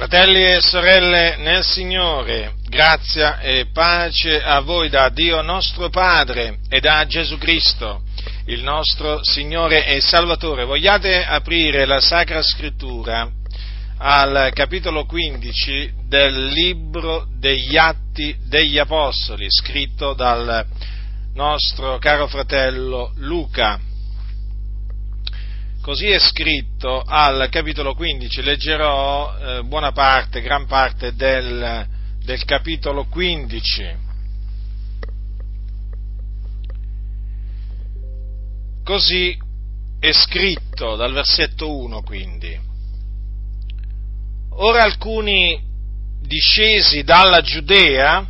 Fratelli e sorelle nel Signore, grazia e pace a voi da Dio nostro Padre e da Gesù Cristo, il nostro Signore e Salvatore. Vogliate aprire la Sacra Scrittura al capitolo 15 del libro degli Atti degli Apostoli, scritto dal nostro caro fratello Luca. Così è scritto al capitolo 15, leggerò gran parte del capitolo 15. Così è scritto dal versetto 1, quindi. Ora alcuni discesi dalla Giudea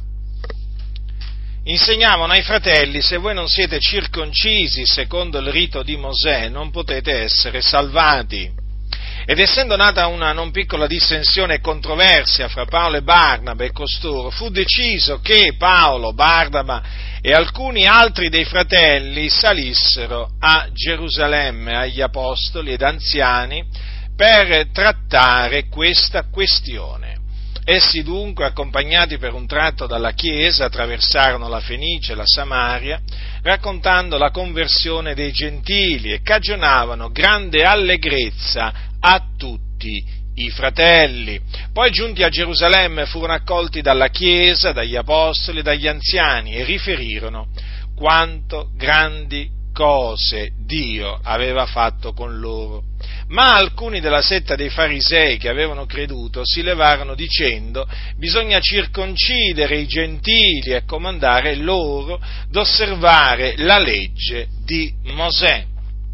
insegnavano ai fratelli: se voi non siete circoncisi secondo il rito di Mosè, non potete essere salvati. Ed essendo nata una non piccola dissensione e controversia fra Paolo e Barnaba e costoro, fu deciso che Paolo, Barnaba e alcuni altri dei fratelli salissero a Gerusalemme agli apostoli ed anziani per trattare questa questione. Essi dunque, accompagnati per un tratto dalla Chiesa, attraversarono la Fenice e la Samaria, raccontando la conversione dei gentili e cagionavano grande allegrezza a tutti i fratelli. Poi, giunti a Gerusalemme, furono accolti dalla Chiesa, dagli apostoli e dagli anziani e riferirono quanto grandi cose Dio aveva fatto con loro. Ma alcuni della setta dei farisei che avevano creduto si levarono dicendo: bisogna circoncidere i gentili e comandare loro d'osservare la legge di Mosè.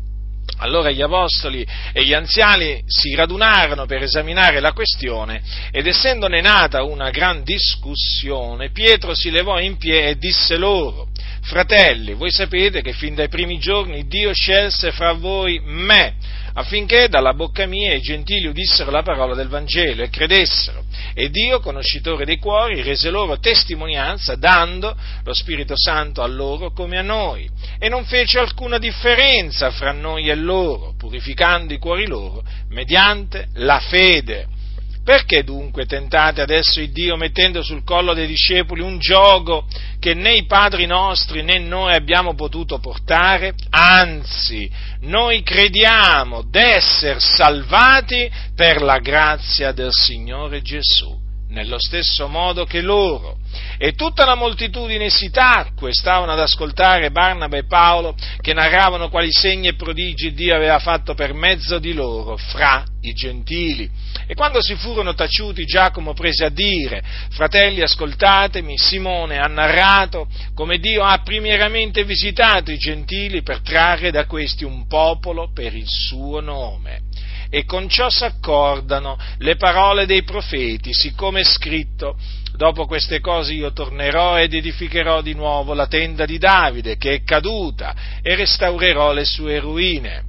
Allora gli apostoli e gli anziani si radunarono per esaminare la questione ed essendone nata una gran discussione, Pietro si levò in piedi e disse loro: fratelli, voi sapete che fin dai primi giorni Dio scelse fra voi me, affinché dalla bocca mia i gentili udissero la parola del Vangelo e credessero. E Dio, conoscitore dei cuori, rese loro testimonianza, dando lo Spirito Santo a loro come a noi, e non fece alcuna differenza fra noi e loro, purificando i cuori loro mediante la fede. Perché dunque tentate adesso il Dio mettendo sul collo dei discepoli un giogo che né i padri nostri né noi abbiamo potuto portare? Anzi, noi crediamo d'esser salvati per la grazia del Signore Gesù, nello stesso modo che loro. E tutta la moltitudine si tacque, stavano ad ascoltare Barnaba e Paolo che narravano quali segni e prodigi Dio aveva fatto per mezzo di loro fra i gentili. E quando si furono taciuti, Giacomo prese a dire: fratelli, ascoltatemi, Simone ha narrato come Dio ha primieramente visitato i gentili per trarre da questi un popolo per il suo nome. E con ciò s'accordano le parole dei profeti, siccome è scritto: dopo queste cose io tornerò ed edificherò di nuovo la tenda di Davide, che è caduta, e restaurerò le sue ruine,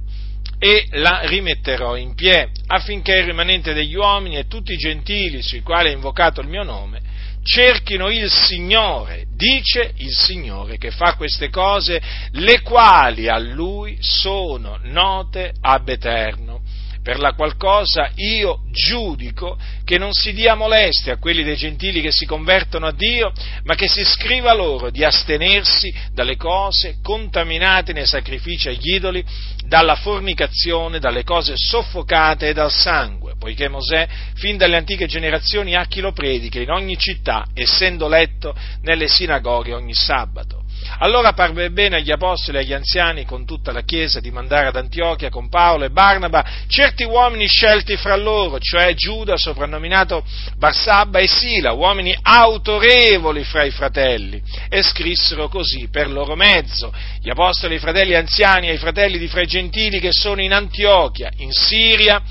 e la rimetterò in piedi, affinché il rimanente degli uomini e tutti i gentili sui quali è invocato il mio nome cerchino il Signore, dice il Signore che fa queste cose, le quali a Lui sono note ab eterno. Per la qual cosa io giudico che non si dia molestia a quelli dei gentili che si convertono a Dio, ma che si scriva loro di astenersi dalle cose contaminate nei sacrifici agli idoli, dalla fornicazione, dalle cose soffocate e dal sangue, poiché Mosè, fin dalle antiche generazioni, ha chi lo predica in ogni città, essendo letto nelle sinagoghe ogni sabato. Allora parve bene agli apostoli e agli anziani con tutta la Chiesa di mandare ad Antiochia con Paolo e Barnaba certi uomini scelti fra loro, cioè Giuda, soprannominato Barsabba, e Sila, uomini autorevoli fra i fratelli, e scrissero così per loro mezzo: gli apostoli, i fratelli anziani e i fratelli di fra i gentili che sono in Antiochia, in Siria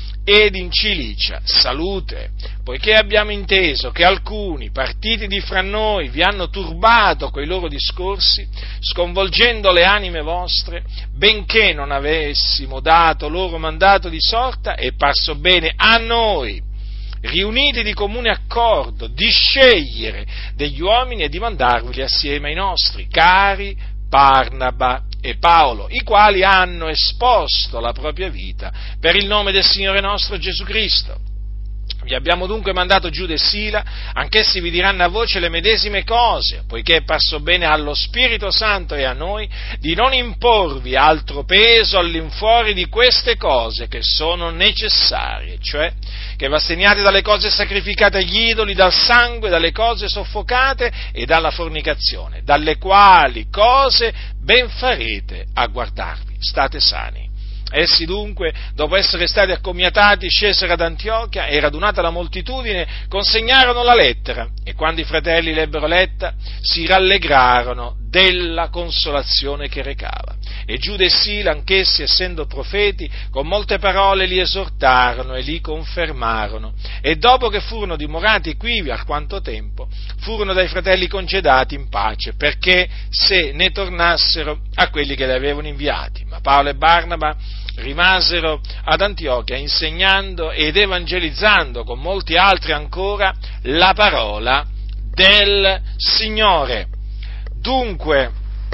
ed in Cilicia, salute, poiché abbiamo inteso che alcuni, partiti di fra noi, vi hanno turbato coi loro discorsi, sconvolgendo le anime vostre, benché non avessimo dato loro mandato di sorta, è parso bene a noi, riuniti di comune accordo, di scegliere degli uomini e di mandarveli assieme ai nostri cari Barnaba e Paolo, i quali hanno esposto la propria vita per il nome del Signore nostro Gesù Cristo. Vi abbiamo dunque mandato Giuda e Sila, anch'essi vi diranno a voce le medesime cose, poiché è parso bene allo Spirito Santo e a noi di non imporvi altro peso all'infuori di queste cose che sono necessarie, cioè che vi asteniate dalle cose sacrificate agli idoli, dal sangue, dalle cose soffocate e dalla fornicazione, dalle quali cose ben farete a guardarvi. State sani. Essi dunque, dopo essere stati accomiatati, scesero ad Antiochia e radunata la moltitudine, consegnarono la lettera e quando i fratelli l'ebbero letta, si rallegrarono della consolazione che recava. E Giuda e Sila, anch'essi, essendo profeti, con molte parole li esortarono e li confermarono. E dopo che furono dimorati quivi alquanto tempo, furono dai fratelli congedati in pace, perché se ne tornassero a quelli che li avevano inviati. Ma Paolo e Barnaba rimasero ad Antiochia insegnando ed evangelizzando con molti altri ancora la parola del Signore. Dunque,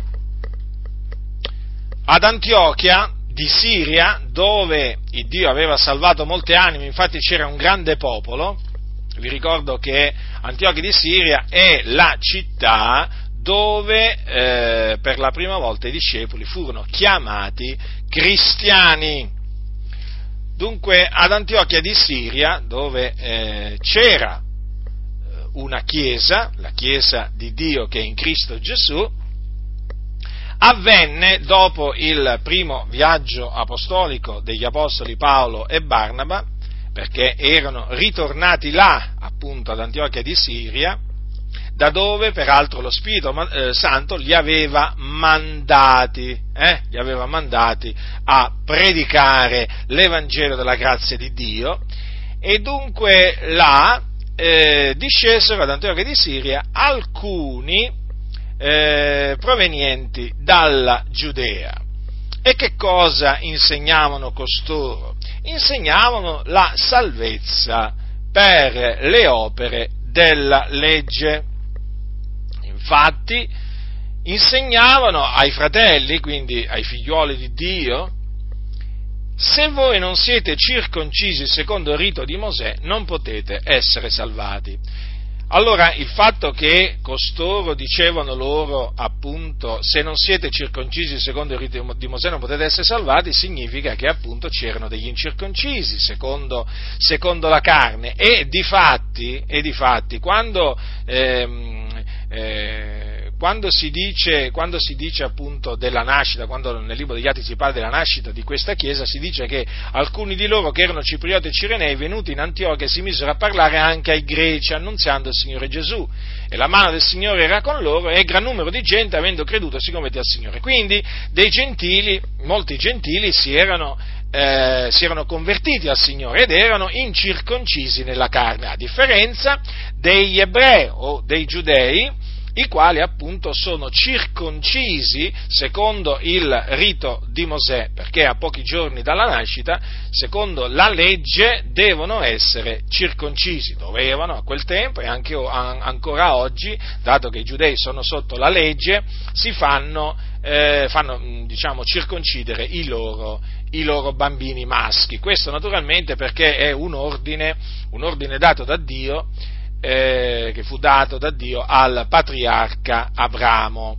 ad Antiochia di Siria, dove il Dio aveva salvato molte anime, infatti c'era un grande popolo. Vi ricordo che Antiochia di Siria è la città dove per la prima volta i discepoli furono chiamati cristiani. Dunque ad Antiochia di Siria, dove c'era una chiesa, la chiesa di Dio che è in Cristo Gesù, avvenne dopo il primo viaggio apostolico degli apostoli Paolo e Barnaba, perché erano ritornati là, appunto ad Antiochia di Siria, da dove peraltro lo Spirito Santo li aveva mandati a predicare l'Evangelo della grazia di Dio, e dunque là discesero ad Antiochia di Siria alcuni provenienti dalla Giudea. E che cosa insegnavano costoro? Insegnavano la salvezza per le opere della legge. Infatti, insegnavano ai fratelli, quindi ai figliuoli di Dio: se voi non siete circoncisi secondo il rito di Mosè, non potete essere salvati. Allora, il fatto che costoro dicevano loro, appunto, se non siete circoncisi secondo il rito di Mosè non potete essere salvati, significa che appunto c'erano degli incirconcisi secondo la carne, e difatti quando si dice appunto della nascita, quando nel libro degli Atti si parla della nascita di questa chiesa, si dice che alcuni di loro, che erano ciprioti e cirenei, venuti in Antiochia, si misero a parlare anche ai greci, annunziando il Signore Gesù, e la mano del Signore era con loro, e gran numero di gente, avendo creduto, si convertì al Signore. Quindi molti gentili si erano convertiti al Signore ed erano incirconcisi nella carne, a differenza degli ebrei o dei giudei, i quali appunto sono circoncisi secondo il rito di Mosè, perché a pochi giorni dalla nascita, secondo la legge, devono essere circoncisi. Dovevano a quel tempo, e anche ancora oggi, dato che i giudei sono sotto la legge, si fanno circoncidere i loro bambini maschi. Questo naturalmente perché è un ordine dato da Dio, che fu dato da Dio al patriarca Abramo.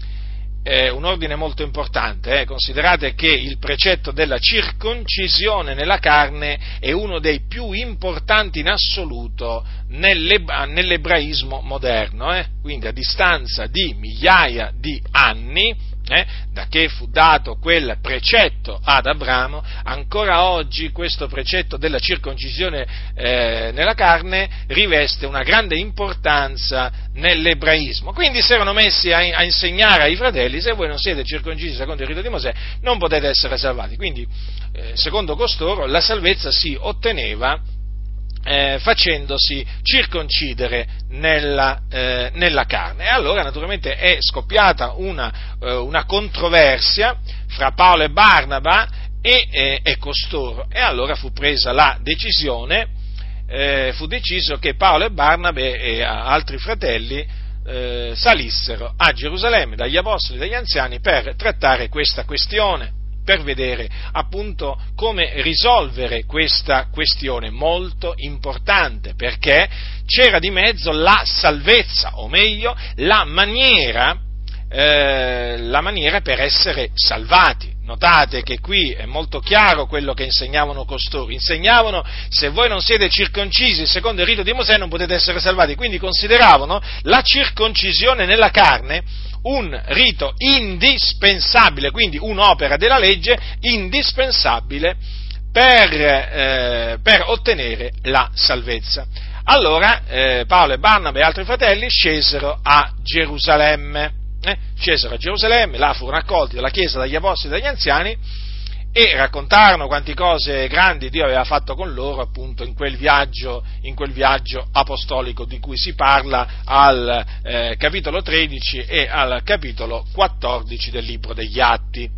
Un ordine molto importante. Considerate che il precetto della circoncisione nella carne è uno dei più importanti in assoluto nell'ebraismo moderno, quindi a distanza di migliaia di anni, da che fu dato quel precetto ad Abramo, ancora oggi questo precetto della circoncisione nella carne riveste una grande importanza nell'ebraismo. Quindi si erano messi a insegnare ai fratelli: se voi non siete circoncisi secondo il rito di Mosè, non potete essere salvati. Quindi, secondo costoro, la salvezza si otteneva facendosi circoncidere nella carne. E allora naturalmente è scoppiata una controversia fra Paolo e Barnaba e costoro, e allora fu presa la decisione, fu deciso che Paolo e Barnaba e altri fratelli salissero a Gerusalemme dagli apostoli e dagli anziani per trattare questa questione. per vedere appunto come risolvere questa questione molto importante, perché c'era di mezzo la salvezza, o meglio, la maniera per essere salvati. Notate che qui è molto chiaro quello che insegnavano costoro. Insegnavano: se voi non siete circoncisi secondo il rito di Mosè non potete essere salvati. Quindi consideravano la circoncisione nella carne un rito indispensabile, quindi un'opera della legge indispensabile per ottenere la salvezza. Allora Paolo e Barnaba e altri fratelli scesero a Gerusalemme. Là furono accolti dalla Chiesa, dagli Apostoli e dagli anziani, e raccontarono quante cose grandi Dio aveva fatto con loro appunto in quel viaggio apostolico di cui si parla al capitolo 13 e al capitolo 14 del libro degli Atti.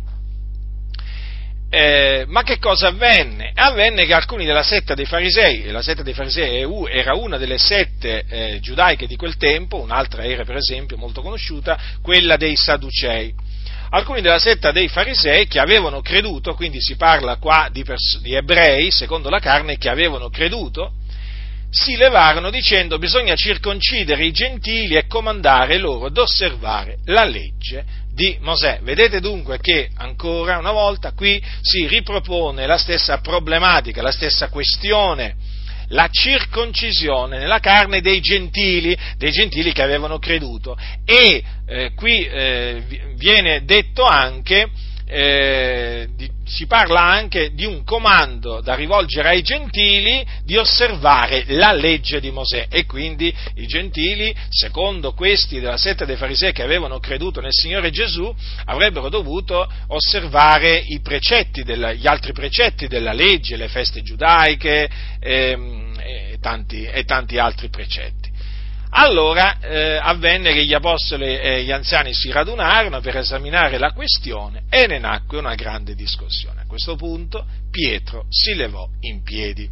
Ma che cosa avvenne? Avvenne che alcuni della setta dei farisei, e la setta dei farisei era una delle sette giudaiche di quel tempo, un'altra era per esempio molto conosciuta, quella dei Sadducei. Alcuni della setta dei farisei che avevano creduto, quindi si parla qua di ebrei secondo la carne che avevano creduto, si levarono dicendo: bisogna circoncidere i gentili e comandare loro d'osservare la legge di Mosè. Vedete dunque che ancora una volta qui si ripropone la stessa problematica, la stessa questione, la circoncisione nella carne dei gentili che avevano creduto, e qui viene detto anche, si parla anche di un comando da rivolgere ai gentili di osservare la legge di Mosè, e quindi i gentili, secondo questi della setta dei farisei che avevano creduto nel Signore Gesù, avrebbero dovuto osservare gli altri precetti della legge, le feste giudaiche e tanti altri precetti. Allora avvenne che gli apostoli e gli anziani si radunarono per esaminare la questione e ne nacque una grande discussione. A questo punto Pietro si levò in piedi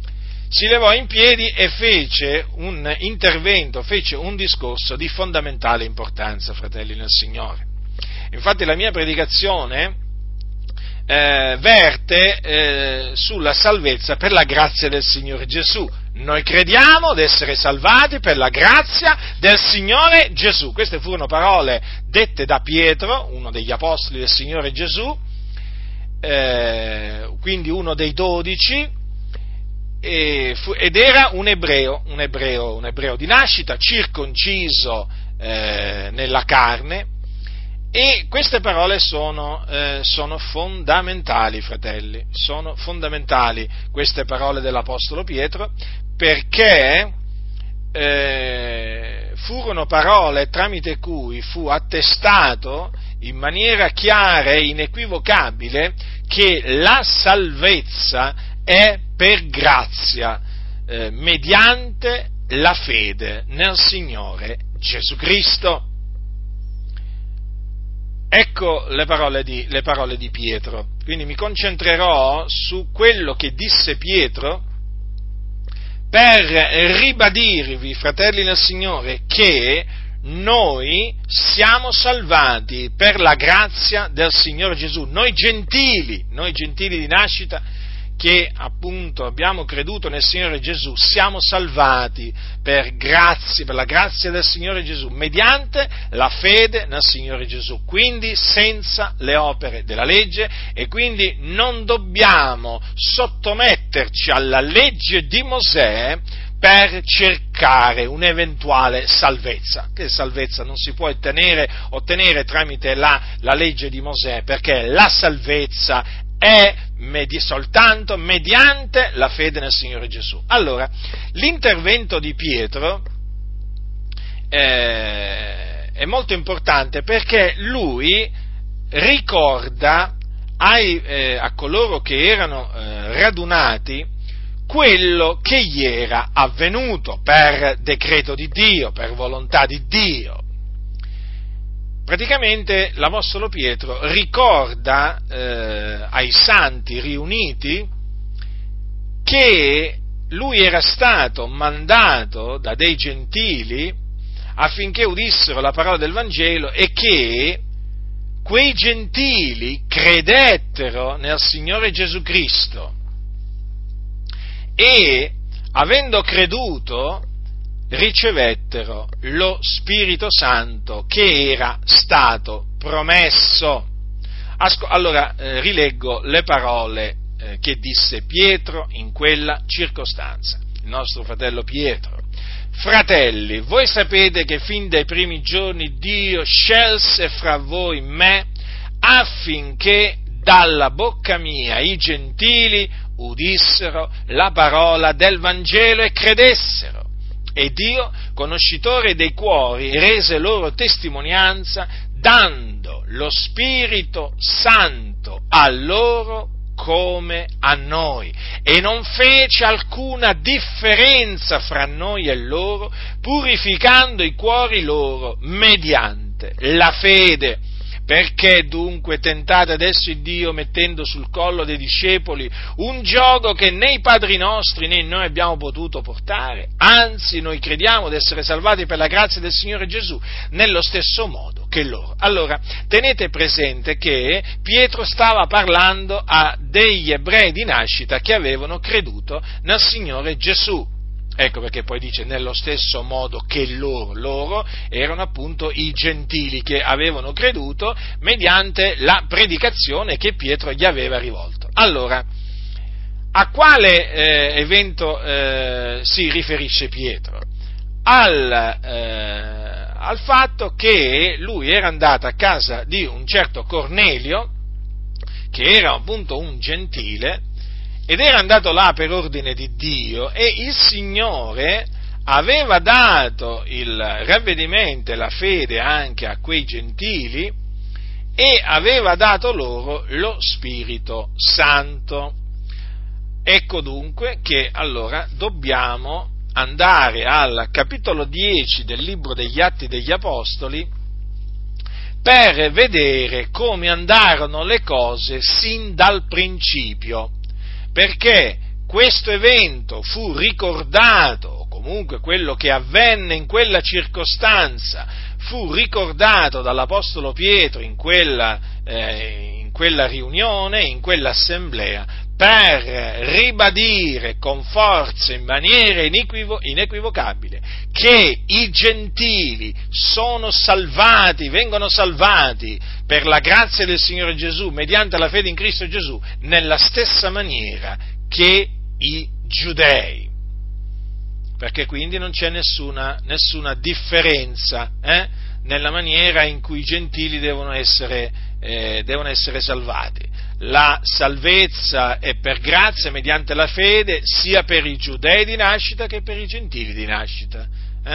e fece un intervento, fece un discorso di fondamentale importanza, fratelli nel Signore. Infatti la mia predicazione verte sulla salvezza per la grazia del Signore Gesù. Noi crediamo d'essere salvati per la grazia del Signore Gesù. Queste furono parole dette da Pietro, uno degli apostoli del Signore Gesù, quindi uno dei 12, ed era un ebreo di nascita, circonciso nella carne. E queste parole sono fondamentali, fratelli, sono fondamentali queste parole dell'Apostolo Pietro, perché furono parole tramite cui fu attestato in maniera chiara e inequivocabile che la salvezza è per grazia, mediante la fede nel Signore Gesù Cristo. Ecco le parole di Pietro. Quindi mi concentrerò su quello che disse Pietro per ribadirvi, fratelli nel Signore, che noi siamo salvati per la grazia del Signore Gesù, noi gentili di nascita, che appunto abbiamo creduto nel Signore Gesù, siamo salvati per la grazia del Signore Gesù, mediante la fede nel Signore Gesù, quindi senza le opere della legge, e quindi non dobbiamo sottometterci alla legge di Mosè per cercare un'eventuale salvezza, che salvezza non si può ottenere tramite la legge di Mosè, perché la salvezza è soltanto mediante la fede nel Signore Gesù. Allora, l'intervento di Pietro è molto importante, perché lui ricorda a coloro che erano radunati quello che gli era avvenuto per decreto di Dio, per volontà di Dio. Praticamente l'Apostolo Pietro ricorda ai santi riuniti che lui era stato mandato da dei gentili affinché udissero la parola del Vangelo, e che quei gentili credettero nel Signore Gesù Cristo e, avendo creduto, ricevettero lo Spirito Santo che era stato promesso. Allora, rileggo le parole che disse Pietro in quella circostanza, il nostro fratello Pietro. Fratelli, voi sapete che fin dai primi giorni Dio scelse fra voi me affinché dalla bocca mia i gentili udissero la parola del Vangelo e credessero. E Dio, conoscitore dei cuori, rese loro testimonianza dando lo Spirito Santo a loro come a noi, e non fece alcuna differenza fra noi e loro, purificando i cuori loro mediante la fede. Perché dunque tentate adesso il Dio mettendo sul collo dei discepoli un giogo che né i padri nostri né noi abbiamo potuto portare? Anzi, noi crediamo di essere salvati per la grazia del Signore Gesù nello stesso modo che loro. Allora, tenete presente che Pietro stava parlando a degli ebrei di nascita che avevano creduto nel Signore Gesù. Ecco perché poi dice nello stesso modo che loro erano appunto i gentili che avevano creduto mediante la predicazione che Pietro gli aveva rivolto. Allora, a quale evento si riferisce Pietro? Al fatto che lui era andato a casa di un certo Cornelio, che era appunto un gentile, ed era andato là per ordine di Dio, e il Signore aveva dato il ravvedimento e la fede anche a quei gentili e aveva dato loro lo Spirito Santo. Ecco dunque che allora dobbiamo andare al capitolo 10 del libro degli Atti degli Apostoli per vedere come andarono le cose sin dal principio, perché questo evento fu ricordato, o comunque quello che avvenne in quella circostanza fu ricordato dall'Apostolo Pietro in quella riunione, in quell'assemblea, per ribadire con forza, in maniera inequivocabile, che i gentili sono salvati, vengono salvati per la grazia del Signore Gesù, mediante la fede in Cristo Gesù, nella stessa maniera che i giudei. Perché quindi non c'è nessuna differenza nella maniera in cui i gentili devono essere salvati. La salvezza è per grazia mediante la fede sia per i giudei di nascita che per i gentili di nascita.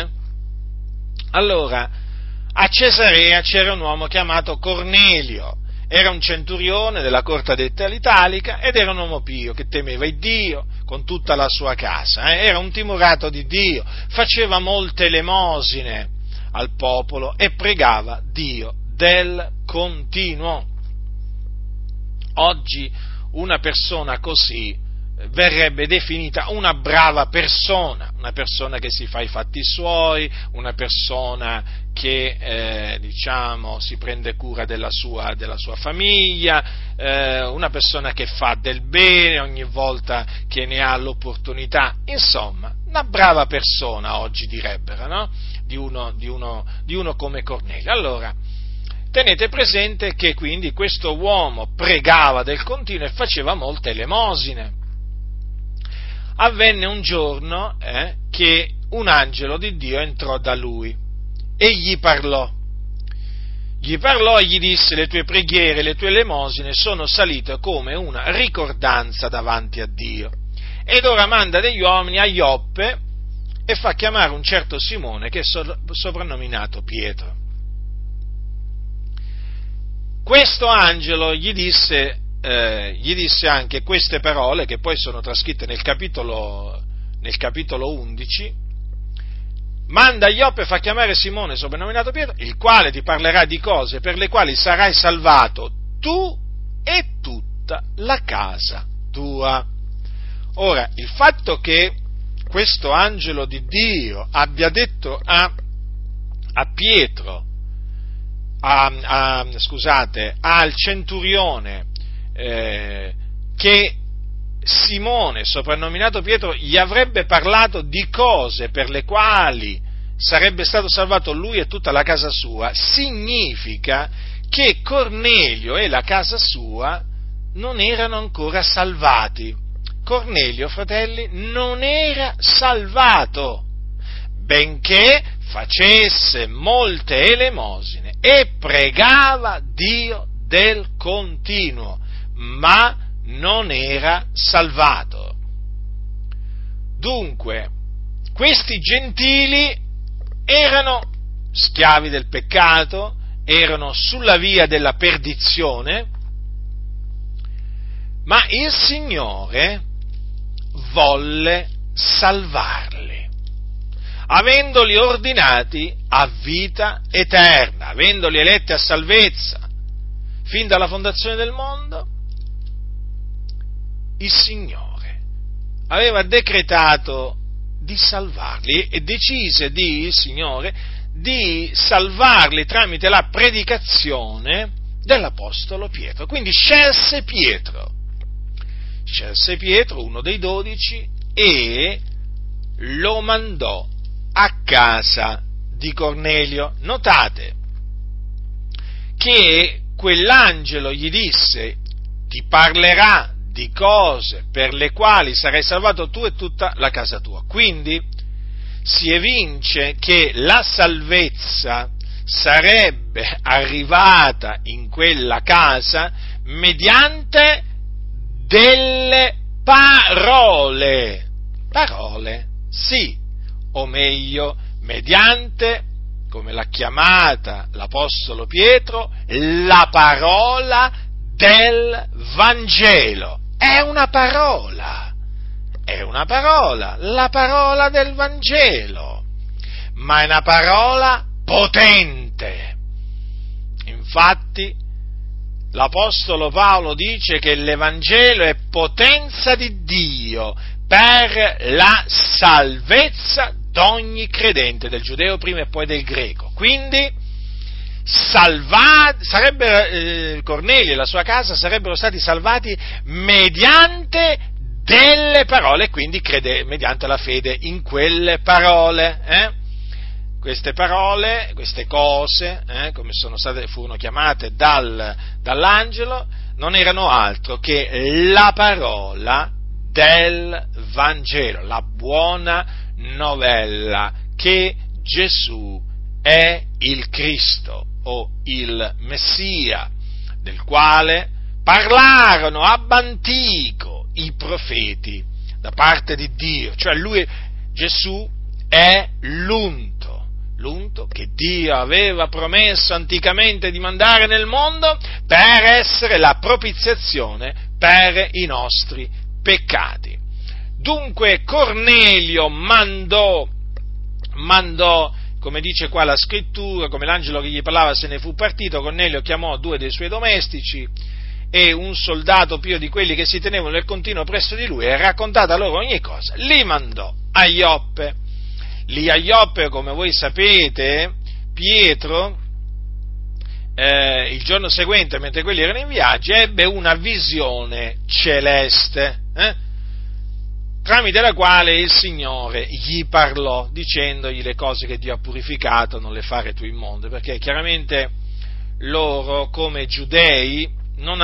Allora, a Cesarea c'era un uomo chiamato Cornelio, era un centurione della corte detta l'Italica ed era un uomo pio che temeva il Dio con tutta la sua casa, era un timorato di Dio, faceva molte elemosine al popolo e pregava Dio del continuo. Oggi una persona così verrebbe definita una brava persona, una persona che si fa i fatti suoi, una persona che si prende cura della sua famiglia, una persona che fa del bene ogni volta che ne ha l'opportunità, insomma, una brava persona oggi direbbero, no? Di uno come Cornelio. Allora, tenete presente che quindi questo uomo pregava del continuo e faceva molte elemosine. Avvenne un giorno che un angelo di Dio entrò da lui e gli parlò e gli disse: le tue preghiere, le tue elemosine sono salite come una ricordanza davanti a Dio, ed ora manda degli uomini a Ioppe e fa chiamare un certo Simone che è soprannominato Pietro. Questo angelo gli disse anche queste parole che poi sono trascritte nel capitolo 11: manda a Ioppe e fa chiamare Simone soprannominato Pietro, il quale ti parlerà di cose per le quali sarai salvato tu e tutta la casa tua. Ora, il fatto che questo angelo di Dio abbia detto a Pietro al centurione che Simone, soprannominato Pietro, gli avrebbe parlato di cose per le quali sarebbe stato salvato lui e tutta la casa sua, significa che Cornelio e la casa sua non erano ancora salvati. Cornelio, fratelli, non era salvato, benché facesse molte elemosine e pregava Dio del continuo, ma non era salvato. Dunque, questi gentili erano schiavi del peccato, erano sulla via della perdizione, ma il Signore volle salvarli, avendoli ordinati a vita eterna, avendoli eletti a salvezza fin dalla fondazione del mondo. Il Signore aveva decretato di salvarli e decise il Signore di salvarli tramite la predicazione dell'Apostolo Pietro. Quindi scelse Pietro, uno dei 12, e lo mandò a casa di Cornelio. Notate che quell'angelo gli disse: ti parlerà di cose per le quali sarai salvato tu e tutta la casa tua. Quindi si evince che la salvezza sarebbe arrivata in quella casa mediante delle parole, sì, o meglio, mediante, come l'ha chiamata l'Apostolo Pietro, la parola del Vangelo. È una parola, la parola del Vangelo, ma è una parola potente. Infatti, l'Apostolo Paolo dice che l'Evangelo è potenza di Dio per la salvezza d'ogni credente, del giudeo prima e poi del greco. Quindi, Cornelio e la sua casa sarebbero stati salvati mediante delle parole, quindi mediante la fede in quelle parole. Queste parole, queste cose, come furono chiamate dall'angelo, non erano altro che la parola del Vangelo, la buona novella che Gesù è il Cristo o il Messia, del quale parlarono ab antico i profeti da parte di Dio, cioè Gesù è l'unto che Dio aveva promesso anticamente di mandare nel mondo per essere la propiziazione per i nostri peccati. Dunque Cornelio mandò, come dice qua la scrittura, come l'angelo che gli parlava se ne fu partito, Cornelio chiamò 2 dei suoi domestici e un soldato pio di quelli che si tenevano nel continuo presso di lui, e raccontata loro ogni cosa, li mandò a Ioppe. Lì a Ioppe, come voi sapete, Pietro, il giorno seguente, mentre quelli erano in viaggio, ebbe una visione celeste, tramite la quale il Signore gli parlò, dicendogli: le cose che Dio ha purificato non le fare tu immonde, perché chiaramente loro, come giudei, non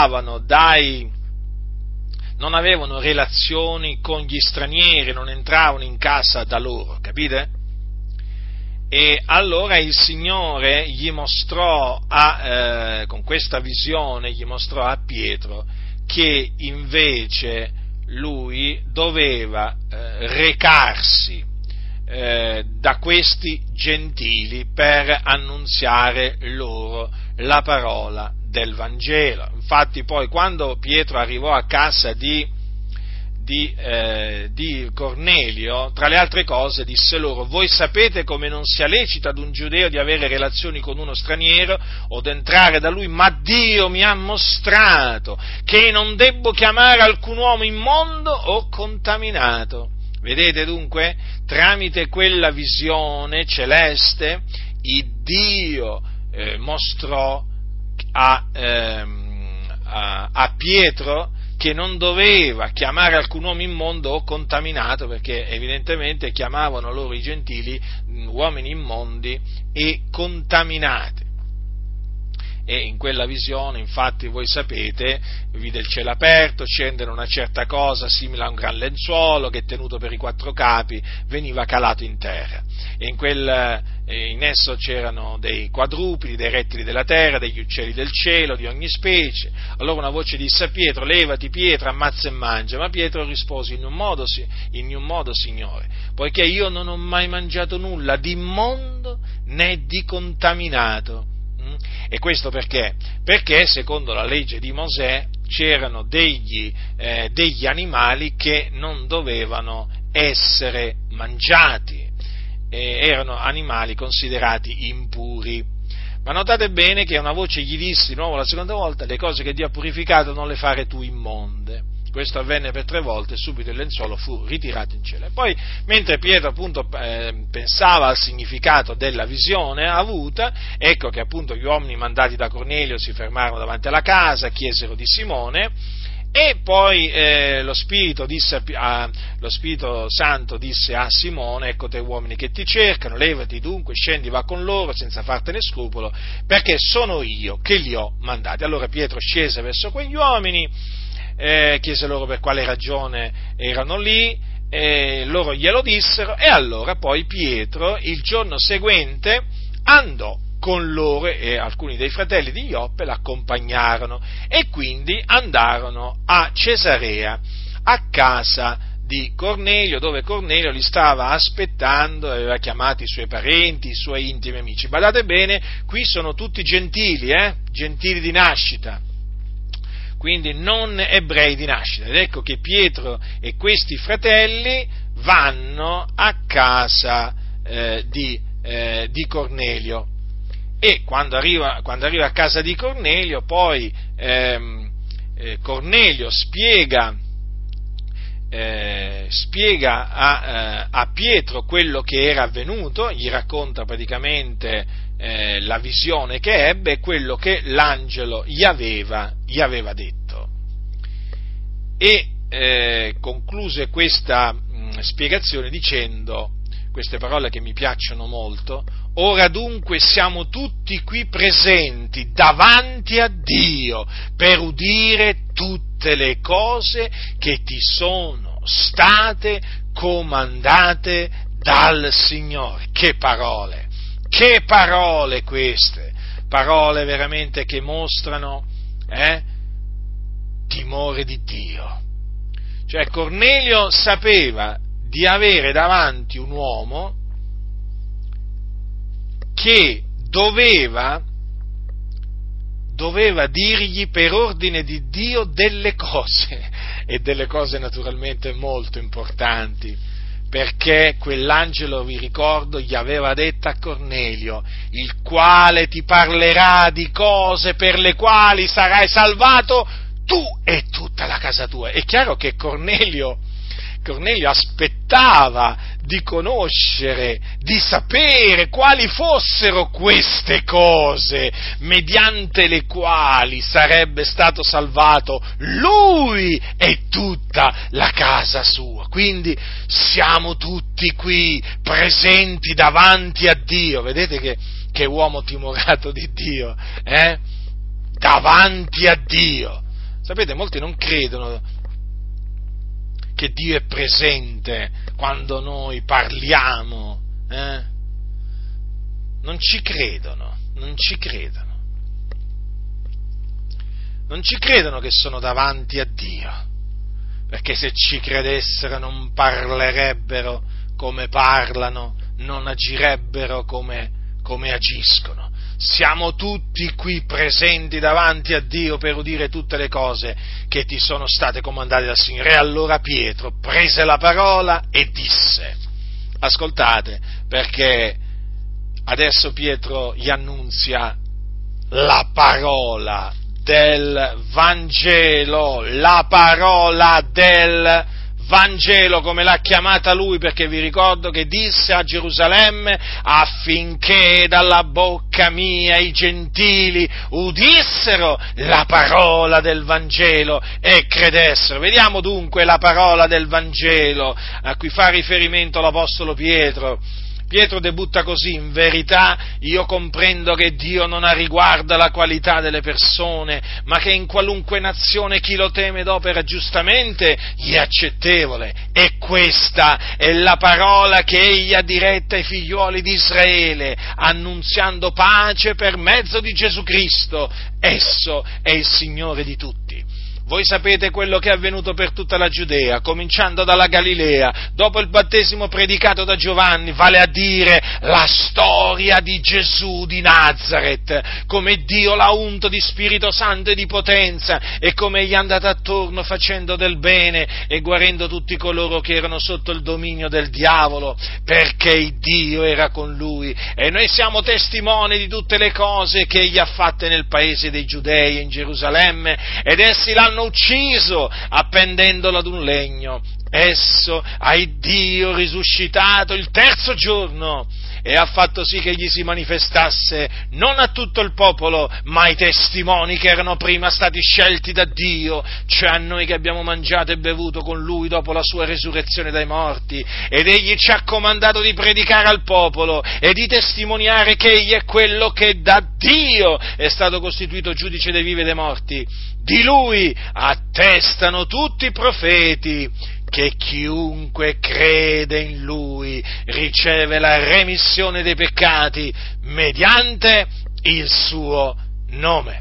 avevano relazioni con gli stranieri, non entravano in casa da loro, capite? E allora il Signore gli mostrò con questa visione, gli mostrò a Pietro che invece lui doveva recarsi da questi gentili per annunziare loro la parola del Vangelo. Infatti poi quando Pietro arrivò a casa di Cornelio, tra le altre cose disse loro: voi sapete come non sia lecito ad un giudeo di avere relazioni con uno straniero o d'entrare da lui, ma Dio mi ha mostrato che non debbo chiamare alcun uomo immondo o contaminato. Vedete dunque, tramite quella visione celeste, il Dio mostrò a Pietro che non doveva chiamare alcun uomo immondo o contaminato, perché evidentemente chiamavano loro i gentili uomini immondi e contaminati. E in quella visione, infatti, voi sapete, vide il cielo aperto, scendere una certa cosa simile a un gran lenzuolo che, tenuto per i 4 capi, veniva calato in terra. E in esso c'erano dei quadrupedi, dei rettili della terra, degli uccelli del cielo, di ogni specie. Allora una voce disse a Pietro: levati Pietro, ammazza e mangia. Ma Pietro rispose: in un modo, Signore, poiché io non ho mai mangiato nulla di immondo né di contaminato. E questo perché? Perché secondo la legge di Mosè c'erano degli animali che non dovevano essere mangiati, erano animali considerati impuri. Ma notate bene che una voce gli disse di nuovo la seconda volta: le cose che Dio ha purificato non le fare tu immonde. Questo avvenne per 3 volte e subito il lenzuolo fu ritirato in cielo. E poi, mentre Pietro appunto pensava al significato della visione avuta, ecco che appunto gli uomini mandati da Cornelio si fermarono davanti alla casa, chiesero di Simone, e poi lo Spirito Santo disse a Simone: ecco te uomini che ti cercano, levati dunque, scendi, va con loro senza fartene scrupolo, perché sono io che li ho mandati. Allora Pietro scese verso quegli uomini, chiese loro per quale ragione erano lì, loro glielo dissero, e allora poi Pietro il giorno seguente andò con loro, e alcuni dei fratelli di Ioppe l'accompagnarono, e quindi andarono a Cesarea, a casa di Cornelio, dove Cornelio li stava aspettando, aveva chiamato i suoi parenti, i suoi intimi amici. Badate bene, qui sono tutti gentili, gentili di nascita, quindi non ebrei di nascita. Ed ecco che Pietro e questi fratelli vanno a casa di Cornelio, e quando arriva a casa di Cornelio, poi Cornelio spiega a Pietro quello che era avvenuto, gli racconta praticamente la visione che ebbe e quello che l'angelo gli aveva detto, e concluse questa spiegazione dicendo queste parole che mi piacciono molto: ora dunque siamo tutti qui presenti davanti a Dio per udire tutte le cose che ti sono state comandate dal Signore. Che parole queste, parole veramente che mostrano timore di Dio. Cioè Cornelio sapeva di avere davanti un uomo che doveva dirgli per ordine di Dio delle cose, e delle cose naturalmente molto importanti, perché quell'angelo, vi ricordo, gli aveva detto a Cornelio: il quale ti parlerà di cose per le quali sarai salvato tu e tutta la casa tua. È chiaro che Cornelio aspettava di conoscere, di sapere quali fossero queste cose mediante le quali sarebbe stato salvato lui e tutta la casa sua. Quindi siamo tutti qui presenti davanti a Dio. Vedete che uomo timorato di Dio, davanti a Dio. Sapete, molti non credono che Dio è presente quando noi parliamo, non ci credono che sono davanti a Dio, perché se ci credessero non parlerebbero come parlano, non agirebbero come agiscono. Siamo tutti qui presenti davanti a Dio per udire tutte le cose che ti sono state comandate dal Signore. E allora Pietro prese la parola e disse: ascoltate, perché adesso Pietro gli annunzia la parola del Vangelo, la parola del Vangelo come l'ha chiamata lui, perché vi ricordo che disse a Gerusalemme affinché dalla bocca mia i gentili udissero la parola del Vangelo e credessero. Vediamo dunque la parola del Vangelo a cui fa riferimento l'Apostolo Pietro. Pietro debutta così: in verità io comprendo che Dio non ha riguardo alla qualità delle persone, ma che in qualunque nazione chi lo teme ed opera giustamente gli è accettevole. E questa è la parola che egli ha diretta ai figliuoli di Israele, annunziando pace per mezzo di Gesù Cristo. Esso è il Signore di tutti. Voi sapete quello che è avvenuto per tutta la Giudea, cominciando dalla Galilea, dopo il battesimo predicato da Giovanni, vale a dire la storia di Gesù di Nazaret, come Dio l'ha unto di Spirito Santo e di potenza, e come egli è andato attorno facendo del bene e guarendo tutti coloro che erano sotto il dominio del diavolo, perché Dio era con lui. E noi siamo testimoni di tutte le cose che egli ha fatte nel paese dei Giudei e in Gerusalemme, ed essi l'hanno ucciso appendendolo ad un legno. Esso ha Dio risuscitato il terzo giorno e ha fatto sì che egli si manifestasse non a tutto il popolo, ma ai testimoni che erano prima stati scelti da Dio, cioè a noi che abbiamo mangiato e bevuto con lui dopo la sua resurrezione dai morti. Ed egli ci ha comandato di predicare al popolo e di testimoniare che egli è quello che da Dio è stato costituito giudice dei vivi e dei morti. Di lui attestano tutti i profeti che chiunque crede in lui riceve la remissione dei peccati mediante il suo nome.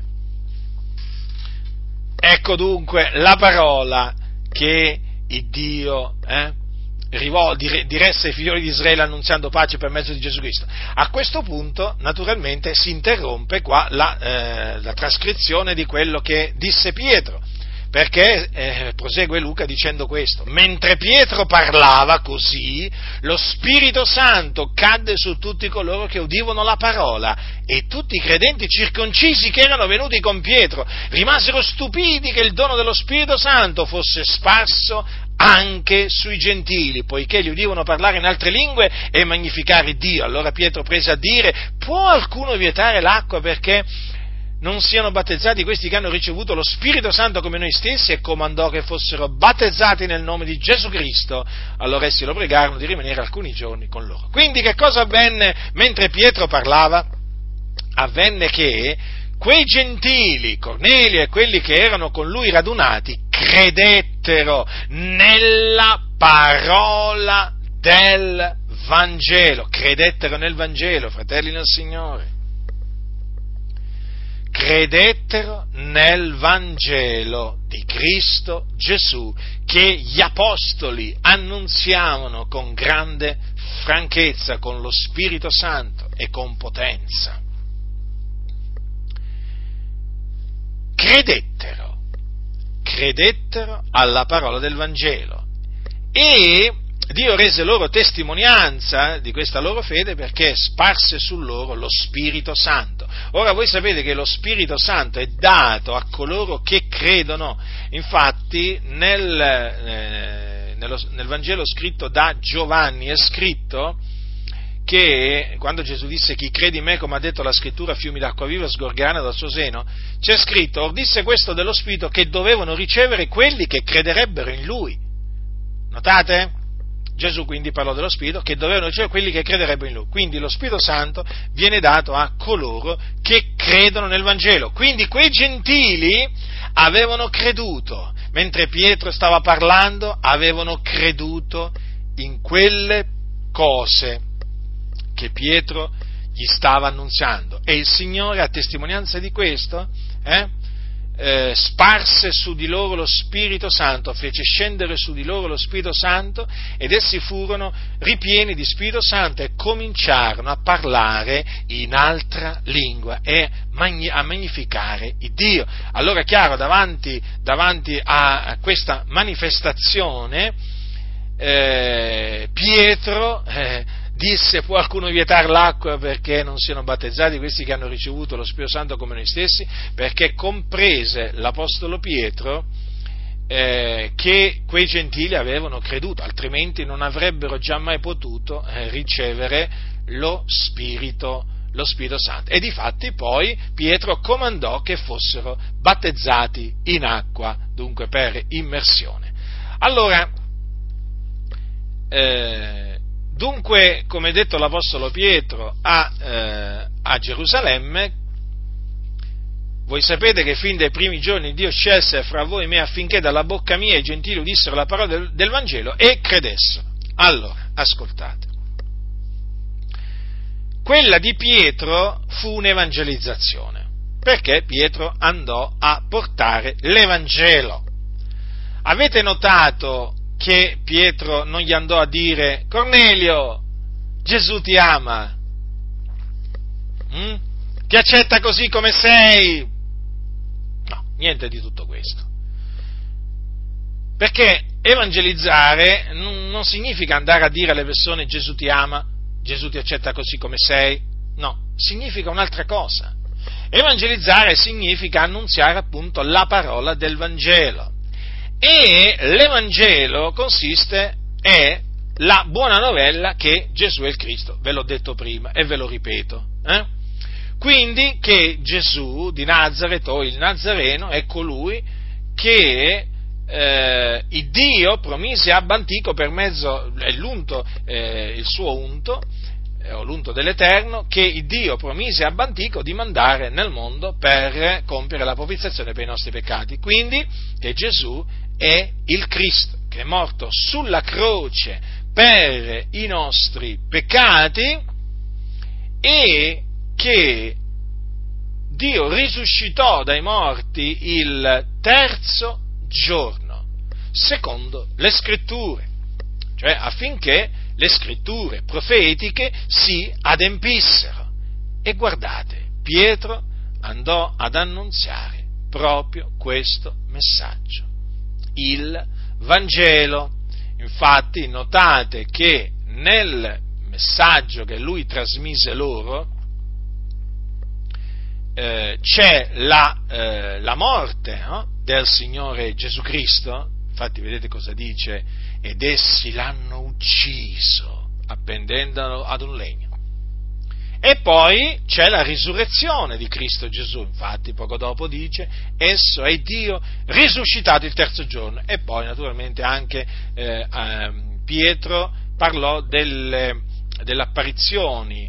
Ecco dunque la parola che il Dio diresse ai figlioli di Israele annunziando pace per mezzo di Gesù Cristo. A questo punto, naturalmente, si interrompe qua la trascrizione di quello che disse Pietro, perché prosegue Luca dicendo questo: mentre Pietro parlava così, lo Spirito Santo cadde su tutti coloro che udivano la parola, e tutti i credenti circoncisi che erano venuti con Pietro rimasero stupiti che il dono dello Spirito Santo fosse sparso anche sui gentili, poiché li udivano parlare in altre lingue e magnificare Dio. Allora Pietro prese a dire: può qualcuno vietare l'acqua perché non siano battezzati questi che hanno ricevuto lo Spirito Santo come noi stessi? E comandò che fossero battezzati nel nome di Gesù Cristo. Allora essi lo pregarono di rimanere alcuni giorni con loro. Quindi che cosa avvenne mentre Pietro parlava? Avvenne che quei gentili, Cornelio e quelli che erano con lui radunati, credettero nella parola del Vangelo. Credettero nel Vangelo, fratelli nel Signore. Credettero nel Vangelo di Cristo Gesù, che gli apostoli annunziavano con grande franchezza, con lo Spirito Santo e con potenza. Credettero alla parola del Vangelo e Dio rese loro testimonianza di questa loro fede perché sparse su loro lo Spirito Santo. Ora voi sapete che lo Spirito Santo è dato a coloro che credono. Infatti nel Vangelo scritto da Giovanni è scritto che quando Gesù disse: chi crede in me, come ha detto la scrittura, fiumi d'acqua viva sgorgeranno dal suo seno, c'è scritto: or disse questo dello Spirito che dovevano ricevere quelli che crederebbero in lui. Notate? Gesù quindi parlò dello Spirito che dovevano ricevere quelli che crederebbero in lui. Quindi lo Spirito Santo viene dato a coloro che credono nel Vangelo. Quindi quei gentili avevano creduto, mentre Pietro stava parlando, avevano creduto in quelle cose che Pietro gli stava annunziando, e il Signore, a testimonianza di questo, sparse su di loro lo Spirito Santo, fece scendere su di loro lo Spirito Santo, ed essi furono ripieni di Spirito Santo e cominciarono a parlare in altra lingua e a magnificare il Dio. Allora è chiaro, davanti a questa manifestazione, Pietro disse: può qualcuno vietare l'acqua perché non siano battezzati questi che hanno ricevuto lo Spirito Santo come noi stessi? Perché comprese l'Apostolo Pietro che quei gentili avevano creduto, altrimenti non avrebbero già mai potuto ricevere lo Spirito Santo. E difatti poi Pietro comandò che fossero battezzati in acqua, dunque per immersione. Allora, dunque, come detto l'Apostolo Pietro a Gerusalemme, voi sapete che fin dai primi giorni Dio scelse fra voi me affinché dalla bocca mia i gentili udissero la parola del Vangelo e credessero. Allora, ascoltate. Quella di Pietro fu un'evangelizzazione, perché Pietro andò a portare l'Evangelo. Avete notato che Pietro non gli andò a dire: Cornelio, Gesù ti ama, ti accetta così come sei? No, niente di tutto questo. Perché evangelizzare non significa andare a dire alle persone: Gesù ti ama, Gesù ti accetta così come sei. No, significa un'altra cosa. Evangelizzare significa annunziare appunto la parola del Vangelo. E l'Evangelo è la buona novella che Gesù è il Cristo, ve l'ho detto prima e ve lo ripeto. Quindi che Gesù di Nazaret, o il Nazareno, è colui che il Dio promise a Antico per mezzo, il suo unto, o l'unto dell'Eterno, che il Dio promise a Antico di mandare nel mondo per compiere la propiziazione per i nostri peccati. Quindi che Gesù è il Cristo, che è morto sulla croce per i nostri peccati e che Dio risuscitò dai morti il terzo giorno, secondo le Scritture, cioè affinché le Scritture profetiche si adempissero. E guardate, Pietro andò ad annunziare proprio questo messaggio, il Vangelo. Infatti notate che nel messaggio che lui trasmise loro c'è la morte, no? Del Signore Gesù Cristo. Infatti vedete cosa dice: ed essi l'hanno ucciso appendendolo ad un legno. E poi c'è la risurrezione di Cristo Gesù. Infatti poco dopo dice: esso è Dio risuscitato il terzo giorno. E poi naturalmente anche Pietro parlò delle apparizioni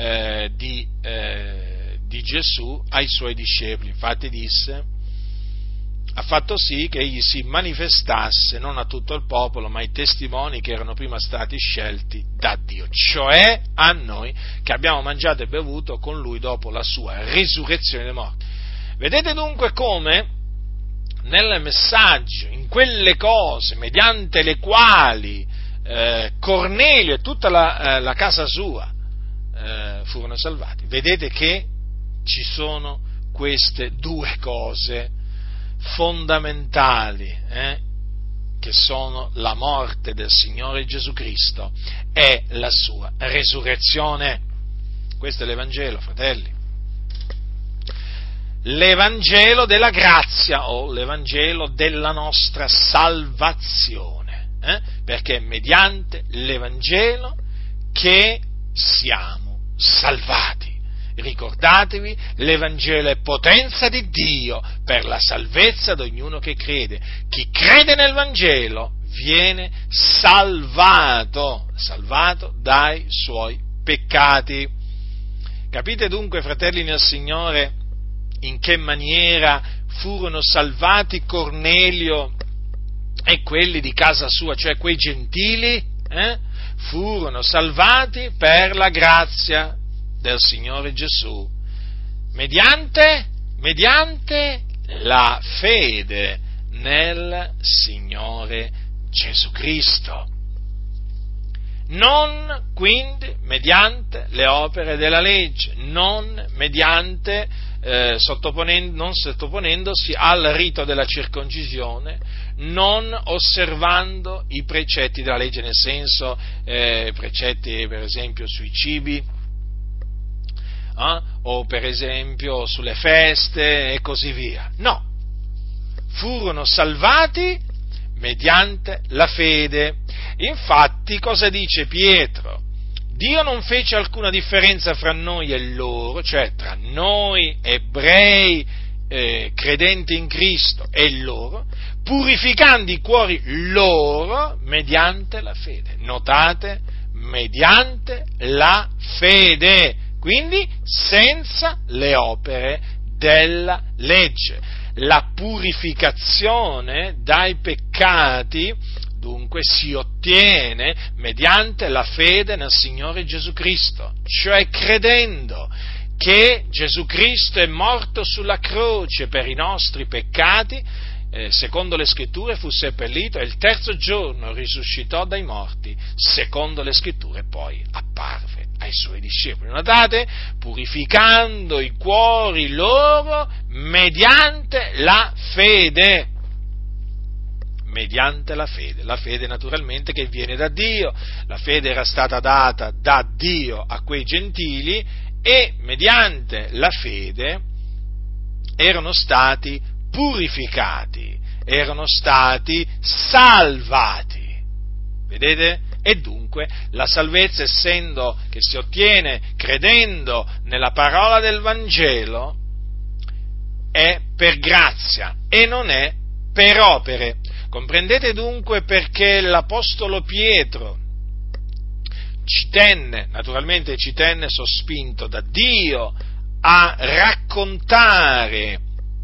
di Gesù ai suoi discepoli. Infatti disse: ha fatto sì che egli si manifestasse non a tutto il popolo, ma ai testimoni che erano prima stati scelti da Dio, cioè a noi che abbiamo mangiato e bevuto con lui dopo la sua risurrezione dai morti. Vedete dunque come nel messaggio, in quelle cose mediante le quali Cornelio e tutta la casa sua furono salvati, vedete che ci sono queste due cose fondamentali, che sono la morte del Signore Gesù Cristo e la sua resurrezione. Questo è l'Evangelo, fratelli. L'Evangelo della grazia, o l'Evangelo della nostra salvazione, perché è mediante l'Evangelo che siamo salvati. Ricordatevi, l'Evangelo è potenza di Dio per la salvezza di ognuno che crede. Chi crede nel Vangelo viene salvato dai suoi peccati. Capite dunque, fratelli nel Signore, in che maniera furono salvati Cornelio e quelli di casa sua, cioè quei gentili? Furono salvati per la grazia del Signore Gesù, mediante la fede nel Signore Gesù Cristo, non quindi mediante le opere della legge, non mediante non sottoponendosi al rito della circoncisione, non osservando i precetti della legge, nel senso precetti per esempio sui cibi, o per esempio sulle feste e così via. No, furono salvati mediante la fede. Infatti, cosa dice Pietro? Dio non fece alcuna differenza fra noi e loro, cioè tra noi ebrei credenti in Cristo e loro, purificando i cuori loro mediante la fede. Notate, mediante la fede, quindi senza le opere della legge. La purificazione dai peccati dunque si ottiene mediante la fede nel Signore Gesù Cristo, cioè credendo che Gesù Cristo è morto sulla croce per i nostri peccati, secondo le Scritture fu seppellito e il terzo giorno risuscitò dai morti, secondo le Scritture poi apparve ai suoi discepoli. Notate? Purificando i cuori loro mediante la fede. Mediante la fede naturalmente che viene da Dio, la fede era stata data da Dio a quei gentili e mediante la fede erano stati purificati, erano stati salvati, vedete? E dunque la salvezza, essendo che si ottiene credendo nella parola del Vangelo, è per grazia e non è per opere. Comprendete dunque perché l'Apostolo Pietro ci tenne, sospinto da Dio, a raccontare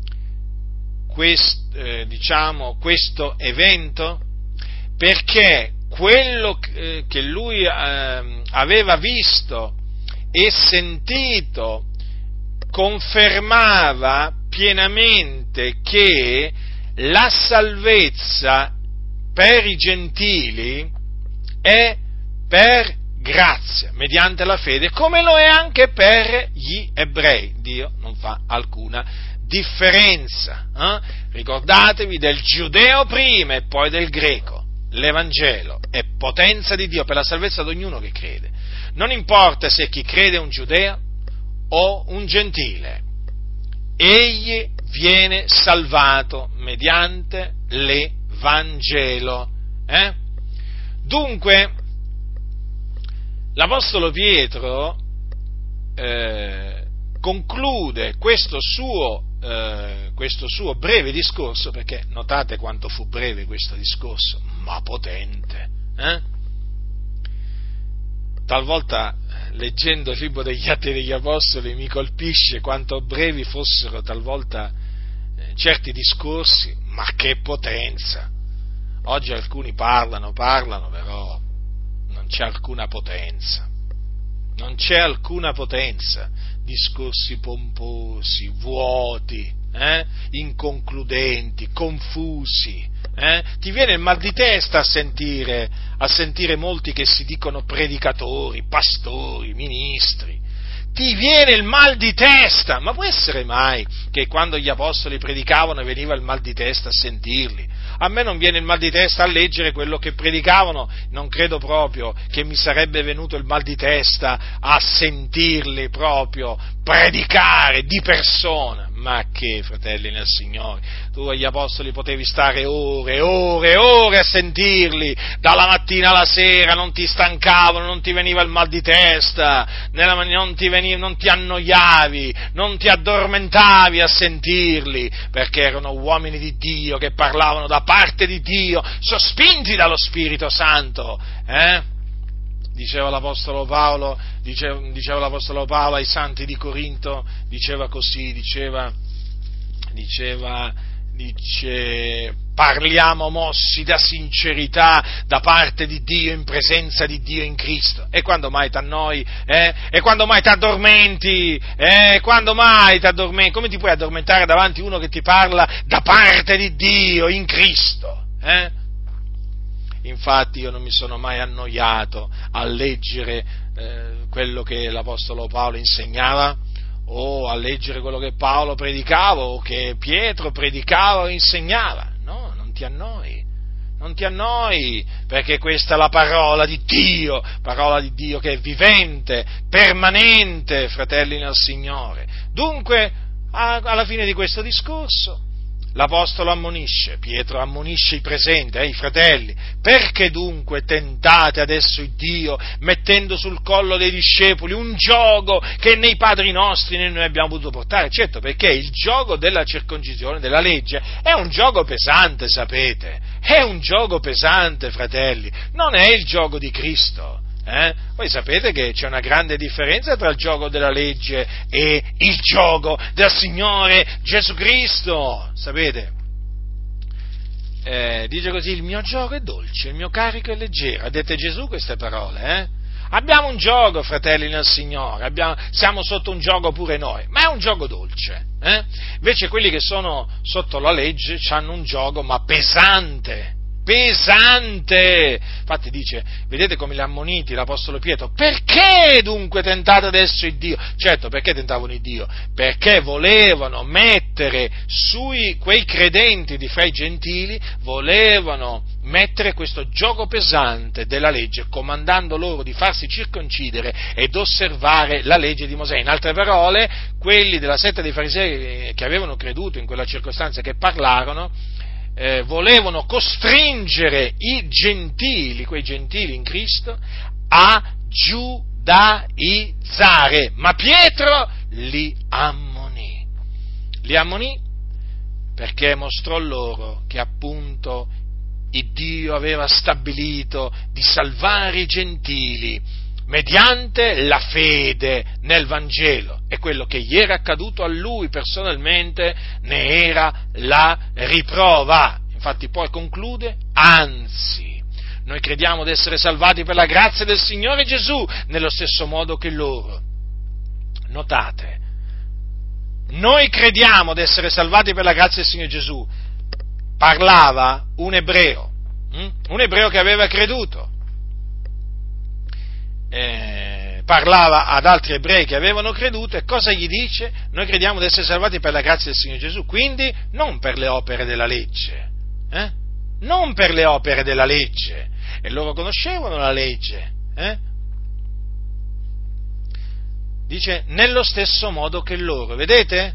questo evento, perché quello che lui aveva visto e sentito confermava pienamente che la salvezza per i gentili è per grazia, mediante la fede, come lo è anche per gli ebrei. Dio non fa alcuna differenza. Ricordatevi del giudeo prima e poi del greco. L'Evangelo è potenza di Dio per la salvezza di ognuno che crede. Non importa se chi crede è un giudeo o un gentile, egli viene salvato mediante l'Evangelo. Dunque, l'Apostolo Pietro conclude questo suo breve discorso, perché notate quanto fu breve questo discorso, ma potente. Talvolta, leggendo il libro degli Atti degli Apostoli, mi colpisce quanto brevi fossero talvolta certi discorsi, ma che potenza! Oggi alcuni parlano, però non c'è alcuna potenza, discorsi pomposi, vuoti, inconcludenti, confusi. Ti viene il mal di testa a sentire molti che si dicono predicatori, pastori, ministri. Ti viene il mal di testa, ma può essere mai che quando gli apostoli predicavano veniva il mal di testa a sentirli? A me non viene il mal di testa a leggere quello che predicavano, non credo proprio che mi sarebbe venuto il mal di testa a sentirli proprio predicare di persona. Ma che, fratelli nel Signore, tu agli apostoli potevi stare ore a sentirli, dalla mattina alla sera, non ti stancavano, non ti veniva il mal di testa, non ti annoiavi, non ti addormentavi a sentirli, perché erano uomini di Dio che parlavano da parte di Dio, sospinti dallo Spirito Santo, Diceva l'Apostolo Paolo ai santi di Corinto, parliamo mossi da sincerità da parte di Dio, in presenza di Dio in Cristo. E quando mai t'annoi? E quando mai t'addormenti? Come ti puoi addormentare davanti a uno che ti parla da parte di Dio in Cristo? Infatti io non mi sono mai annoiato a leggere quello che l'Apostolo Paolo insegnava, o a leggere quello che Paolo predicava, o che Pietro predicava o insegnava. No, non ti annoi, perché questa è la parola di Dio che è vivente, permanente, fratelli nel Signore. Dunque, alla fine di questo discorso, l'Apostolo ammonisce, Pietro ammonisce i presenti, i fratelli: perché dunque tentate adesso il Dio, mettendo sul collo dei discepoli un giogo che nei padri nostri né noi abbiamo potuto portare? Certo, perché il giogo della circoncisione, della legge, è un giogo pesante, sapete, è un giogo pesante, fratelli, non è il giogo di Cristo. Voi sapete che c'è una grande differenza tra il giogo della legge e il giogo del Signore Gesù Cristo, sapete? Dice così: il mio giogo è dolce, il mio carico è leggero. Ha detto Gesù queste parole, Abbiamo un giogo, fratelli nel Signore, siamo sotto un giogo pure noi, ma è un giogo dolce. Invece quelli che sono sotto la legge hanno un giogo ma pesante. Infatti dice, vedete come li ha ammoniti l'Apostolo Pietro: perché dunque tentate adesso il Dio? Certo, perché tentavano il Dio? Perché volevano mettere quei credenti di fra i gentili, volevano mettere questo giogo pesante della legge, comandando loro di farsi circoncidere ed osservare la legge di Mosè. In altre parole, quelli della setta dei farisei che avevano creduto in quella circostanza, che parlarono, volevano costringere i gentili, quei gentili in Cristo, a giudaizzare, ma Pietro li ammonì perché mostrò loro che appunto il Dio aveva stabilito di salvare i gentili mediante la fede nel Vangelo, e quello che gli era accaduto a lui personalmente ne era la riprova. Infatti poi conclude: anzi, noi crediamo di essere salvati per la grazia del Signore Gesù, nello stesso modo che loro. Notate, noi crediamo di essere salvati per la grazia del Signore Gesù. Parlava un ebreo che aveva creduto. Parlava ad altri ebrei che avevano creduto, e cosa gli dice? Noi crediamo di essere salvati per la grazia del Signore Gesù, quindi non per le opere della legge, non per le opere della legge, e loro conoscevano la legge, dice nello stesso modo che loro. Vedete?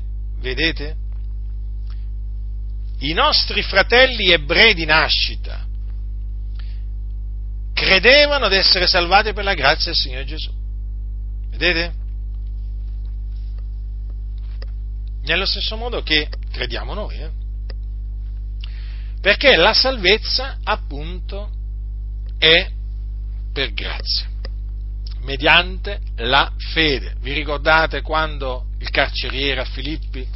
I nostri fratelli ebrei di nascita credevano di essere salvati per la grazia del Signore Gesù. Vedete? Nello stesso modo che crediamo noi. Perché la salvezza, appunto, è per grazia, mediante la fede. Vi ricordate quando il carceriere a Filippi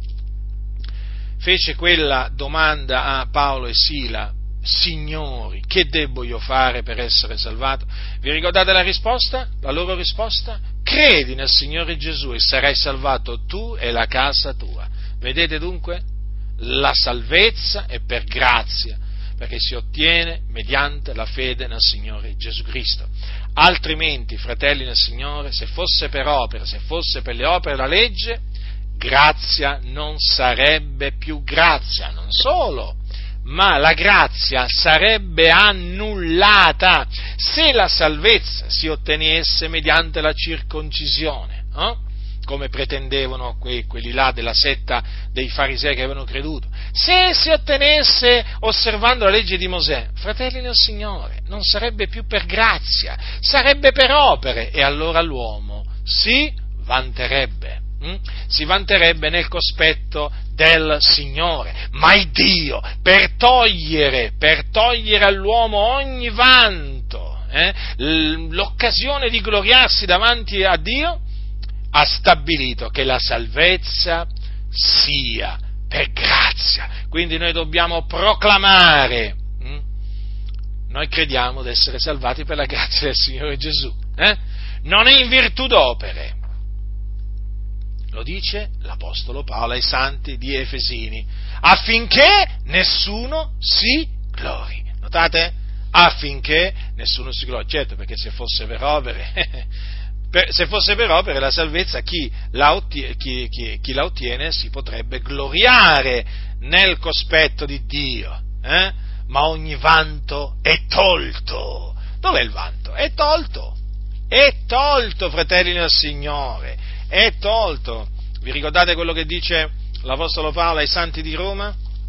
fece quella domanda a Paolo e Sila: Signori, che debbo io fare per essere salvato? Vi ricordate la risposta? La loro risposta? Credi nel Signore Gesù e sarai salvato tu e la casa tua. Vedete dunque? La salvezza è per grazia, perché si ottiene mediante la fede nel Signore Gesù Cristo. Altrimenti, fratelli nel Signore, se fosse per opere, se fosse per le opere della legge, grazia non sarebbe più grazia. Non solo, ma la grazia sarebbe annullata se la salvezza si ottenesse mediante la circoncisione, come pretendevano quelli là della setta dei farisei che avevano creduto. Se si ottenesse osservando la legge di Mosè, fratelli nel Signore, non sarebbe più per grazia, sarebbe per opere, e allora l'uomo si vanterebbe nel cospetto del Signore. Ma il Dio, per togliere all'uomo ogni vanto, l'occasione di gloriarsi davanti a Dio, ha stabilito che la salvezza sia per grazia. Quindi noi dobbiamo proclamare: noi crediamo di essere salvati per la grazia del Signore Gesù, non è in virtù d'opere. Lo dice l'Apostolo Paolo ai santi di Efesini, affinché nessuno si glori. Notate? Affinché nessuno si glori. Certo, perché se fosse per opere, la salvezza, chi la ottiene si potrebbe gloriare nel cospetto di Dio, ma ogni vanto è tolto. Dov'è il vanto? È tolto, fratelli nel Signore. È tolto. Vi ricordate quello che dice l'Apostolo Paolo ai santi di Roma?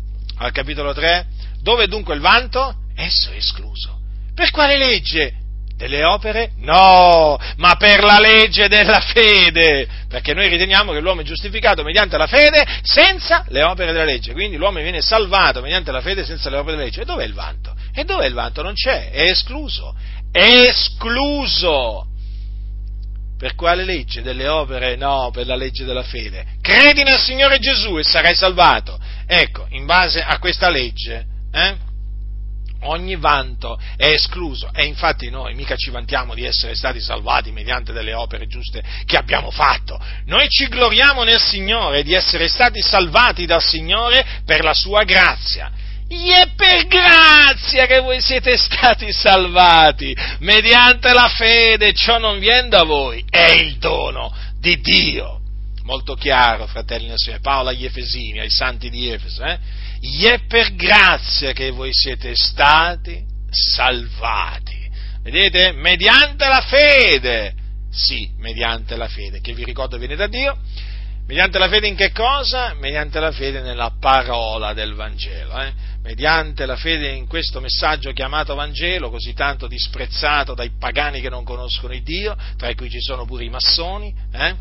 al capitolo 3, dove è dunque il vanto? Esso è escluso. Per quale legge? Delle opere? No, ma per la legge della fede, perché noi riteniamo che l'uomo è giustificato mediante la fede senza le opere della legge, quindi l'uomo viene salvato mediante la fede senza le opere della legge. E dov'è il vanto? E dov'è il vanto? Non c'è, è escluso. Escluso! Per quale legge? Delle opere? No, per la legge della fede. Credi nel Signore Gesù e sarai salvato. Ecco, in base a questa legge, ogni vanto è escluso, e infatti noi mica ci vantiamo di essere stati salvati mediante delle opere giuste che abbiamo fatto. Noi ci gloriamo nel Signore di essere stati salvati dal Signore per la sua grazia. È per grazia che voi siete stati salvati, mediante la fede, ciò non viene da voi, è il dono di Dio. Molto chiaro, fratelli nel Signore, Paolo agli Efesini, ai santi di Efeso, è per grazia che voi siete stati salvati. Vedete? Mediante la fede. Sì, mediante la fede, che vi ricordo viene da Dio. Mediante la fede in che cosa? Mediante la fede nella parola del Vangelo. Mediante la fede in questo messaggio chiamato Vangelo, così tanto disprezzato dai pagani che non conoscono il Dio, tra cui ci sono pure i massoni.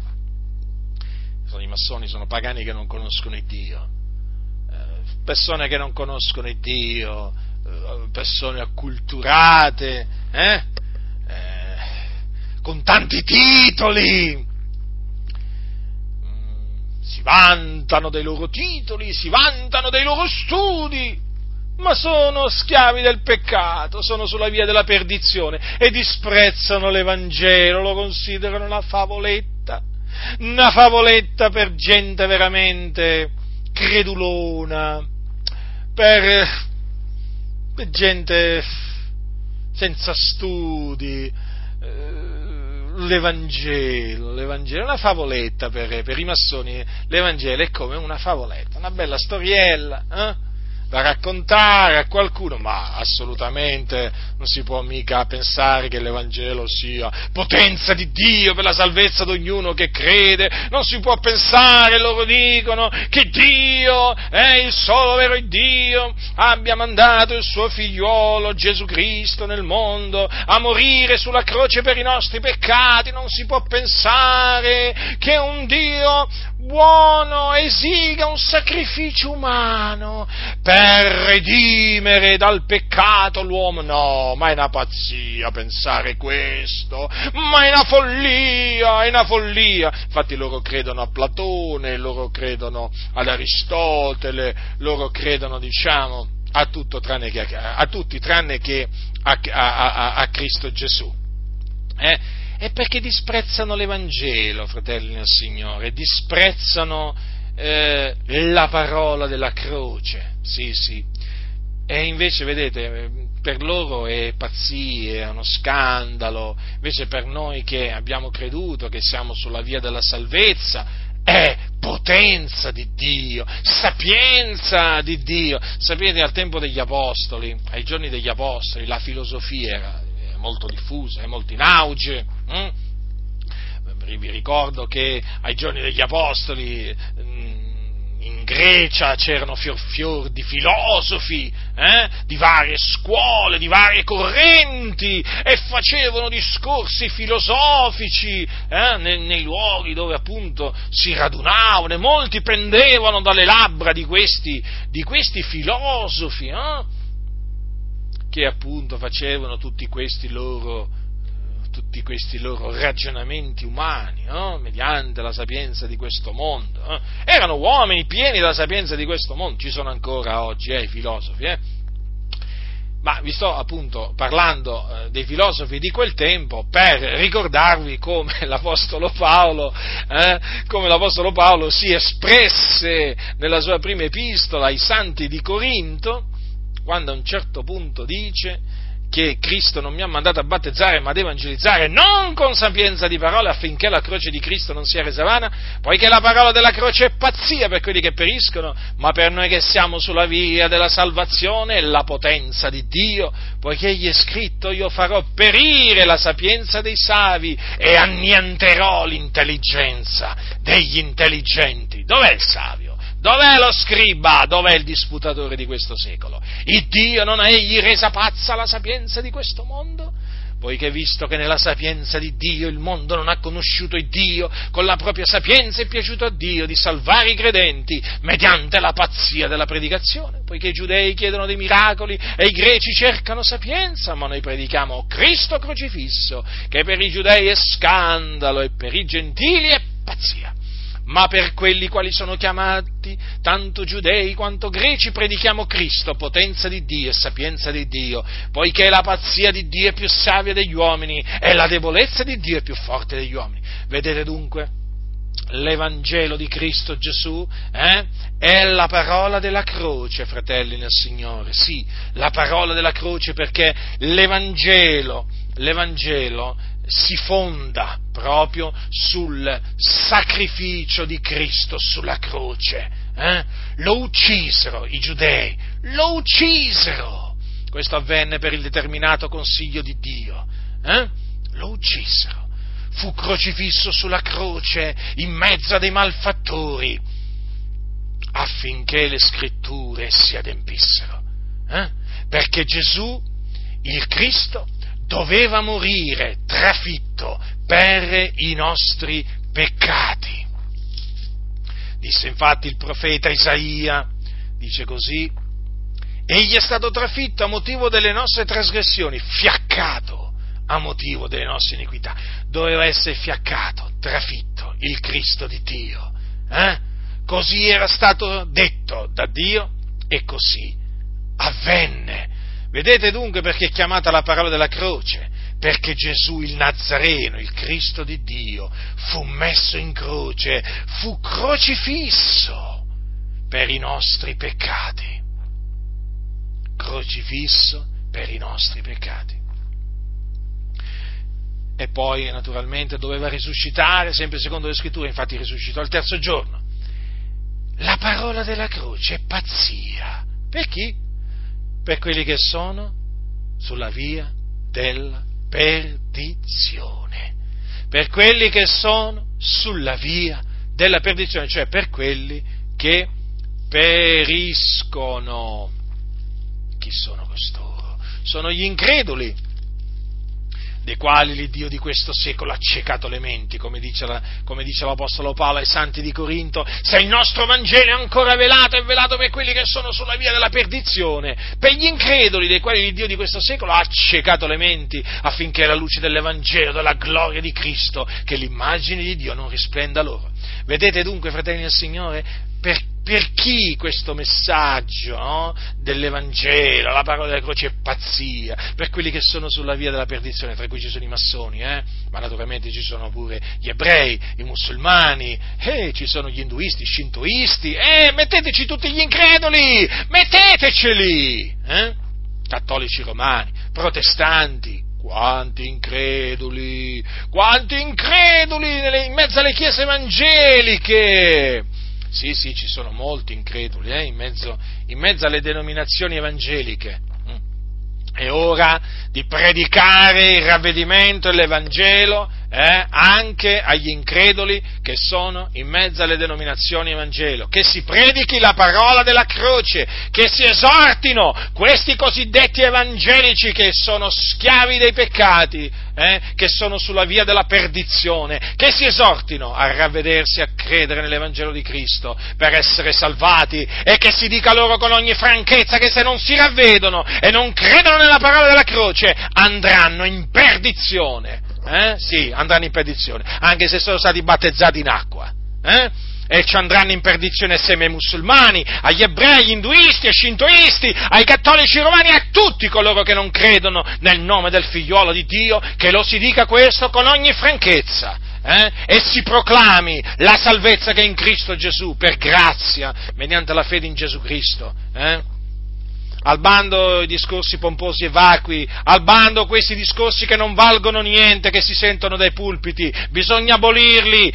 I massoni sono pagani che non conoscono il Dio. Persone che non conoscono il Dio, persone acculturate, con tanti titoli, si vantano dei loro titoli, si vantano dei loro studi, ma sono schiavi del peccato, sono sulla via della perdizione e disprezzano l'Evangelo, lo considerano una favoletta per gente veramente credulona, per gente senza studi. L'Evangelo è una favoletta per i massoni. L'Evangelo è come una favoletta, una bella storiella da raccontare a qualcuno, ma assolutamente non si può mica pensare che l'Evangelo sia potenza di Dio per la salvezza di ognuno che crede. Non si può pensare, loro dicono, che Dio è il solo vero Dio, abbia mandato il suo figliuolo Gesù Cristo nel mondo a morire sulla croce per i nostri peccati. Non si può pensare che un Dio buono esiga un sacrificio umano per redimere dal peccato l'uomo. No, ma è una pazzia pensare questo, ma è una follia. Infatti loro credono a Platone, loro credono ad Aristotele, loro credono, a tutto a tutti tranne che a Cristo Gesù. È perché disprezzano l'Evangelo, fratelli nel Signore, disprezzano la parola della croce, sì. E invece, vedete, per loro è pazzia, è uno scandalo. Invece per noi che abbiamo creduto, che siamo sulla via della salvezza, è potenza di Dio, sapienza di Dio. Sapete, al tempo degli Apostoli, ai giorni degli Apostoli, la filosofia era molto diffusa, è molto in auge. Vi ricordo che ai giorni degli Apostoli in Grecia c'erano fior di filosofi, di varie scuole, di varie correnti, e facevano discorsi filosofici nei luoghi dove appunto si radunavano, e molti prendevano dalle labbra di questi filosofi, che appunto facevano tutti questi loro ragionamenti umani, mediante la sapienza di questo mondo. Erano uomini pieni della sapienza di questo mondo, ci sono ancora oggi i filosofi. Ma vi sto appunto parlando dei filosofi di quel tempo per ricordarvi come l'Apostolo Paolo si espresse nella sua prima epistola ai santi di Corinto, quando a un certo punto dice che Cristo non mi ha mandato a battezzare ma ad evangelizzare, non con sapienza di parole, affinché la croce di Cristo non sia resa vana, poiché la parola della croce è pazzia per quelli che periscono, ma per noi che siamo sulla via della salvazione è la potenza di Dio, poiché gli è scritto: io farò perire la sapienza dei savi e annienterò l'intelligenza degli intelligenti. Dov'è il savio? Dov'è lo scriba? Dov'è il disputatore di questo secolo? Il Dio non ha egli resa pazza la sapienza di questo mondo? Poiché visto che nella sapienza di Dio il mondo non ha conosciuto il Dio, con la propria sapienza è piaciuto a Dio di salvare i credenti mediante la pazzia della predicazione, poiché i giudei chiedono dei miracoli e i greci cercano sapienza, ma noi predichiamo Cristo crocifisso, che per i giudei è scandalo e per i gentili è pazzia. Ma per quelli quali sono chiamati, tanto giudei quanto greci, predichiamo Cristo, potenza di Dio e sapienza di Dio, poiché la pazzia di Dio è più savia degli uomini e la debolezza di Dio è più forte degli uomini. Vedete dunque? L'Evangelo di Cristo Gesù è la parola della croce, fratelli nel Signore, sì, la parola della croce, perché l'Evangelo si fonda proprio sul sacrificio di Cristo sulla croce. Lo uccisero i giudei, lo uccisero. Questo avvenne per il determinato consiglio di Dio. Lo uccisero. Fu crocifisso sulla croce in mezzo a dei malfattori affinché le scritture si adempissero. Perché Gesù, il Cristo, doveva morire trafitto per i nostri peccati. Disse infatti il profeta Isaia, dice così: egli è stato trafitto a motivo delle nostre trasgressioni, fiaccato a motivo delle nostre iniquità. Doveva essere fiaccato, trafitto, il Cristo di Dio. Così era stato detto da Dio e così avvenne. Vedete dunque perché è chiamata la parola della croce? Perché Gesù il Nazareno, il Cristo di Dio, fu messo in croce, fu crocifisso per i nostri peccati. Crocifisso per i nostri peccati. E poi naturalmente doveva risuscitare, sempre secondo le scritture, infatti risuscitò al terzo giorno. La parola della croce è pazzia. Per chi? Per quelli che sono sulla via della perdizione, per quelli che sono sulla via della perdizione, cioè per quelli che periscono. Chi sono costoro? Sono gli increduli, dei quali l'Iddio di questo secolo ha accecato le menti, come dice l'Apostolo Paolo ai Santi di Corinto: se il nostro Vangelo è ancora velato, è velato per quelli che sono sulla via della perdizione, per gli increduli dei quali l'Iddio di questo secolo ha accecato le menti, affinché la luce dell'Evangelo, della gloria di Cristo, che l'immagine di Dio non risplenda loro. Vedete dunque, fratelli del Signore, per chi questo messaggio dell'Evangelo, la parola della croce è pazzia? Per quelli che sono sulla via della perdizione, tra cui ci sono i massoni, ma naturalmente ci sono pure gli ebrei, i musulmani, ci sono gli induisti, i shintoisti, metteteci tutti gli increduli, metteteceli, cattolici romani, protestanti. Quanti increduli in mezzo alle chiese evangeliche. Sì, ci sono molti increduli in mezzo alle denominazioni evangeliche. È ora di predicare il ravvedimento e l'Evangelo anche agli increduli che sono in mezzo alle denominazioni evangelo, che si predichi la parola della croce, che si esortino questi cosiddetti evangelici che sono schiavi dei peccati, che sono sulla via della perdizione, che si esortino a ravvedersi, a credere nell'Evangelo di Cristo per essere salvati, e che si dica loro con ogni franchezza che se non si ravvedono e non credono nella parola della croce andranno in perdizione. Sì, andranno in perdizione, anche se sono stati battezzati in acqua, e ci andranno in perdizione assieme ai musulmani, agli ebrei, agli induisti, ai shintoisti, ai cattolici romani, a tutti coloro che non credono nel nome del figliuolo di Dio, che lo si dica questo con ogni franchezza, e si proclami la salvezza che è in Cristo Gesù, per grazia, mediante la fede in Gesù Cristo, Al bando i discorsi pomposi e vacui, al bando questi discorsi che non valgono niente, che si sentono dai pulpiti, bisogna abolirli!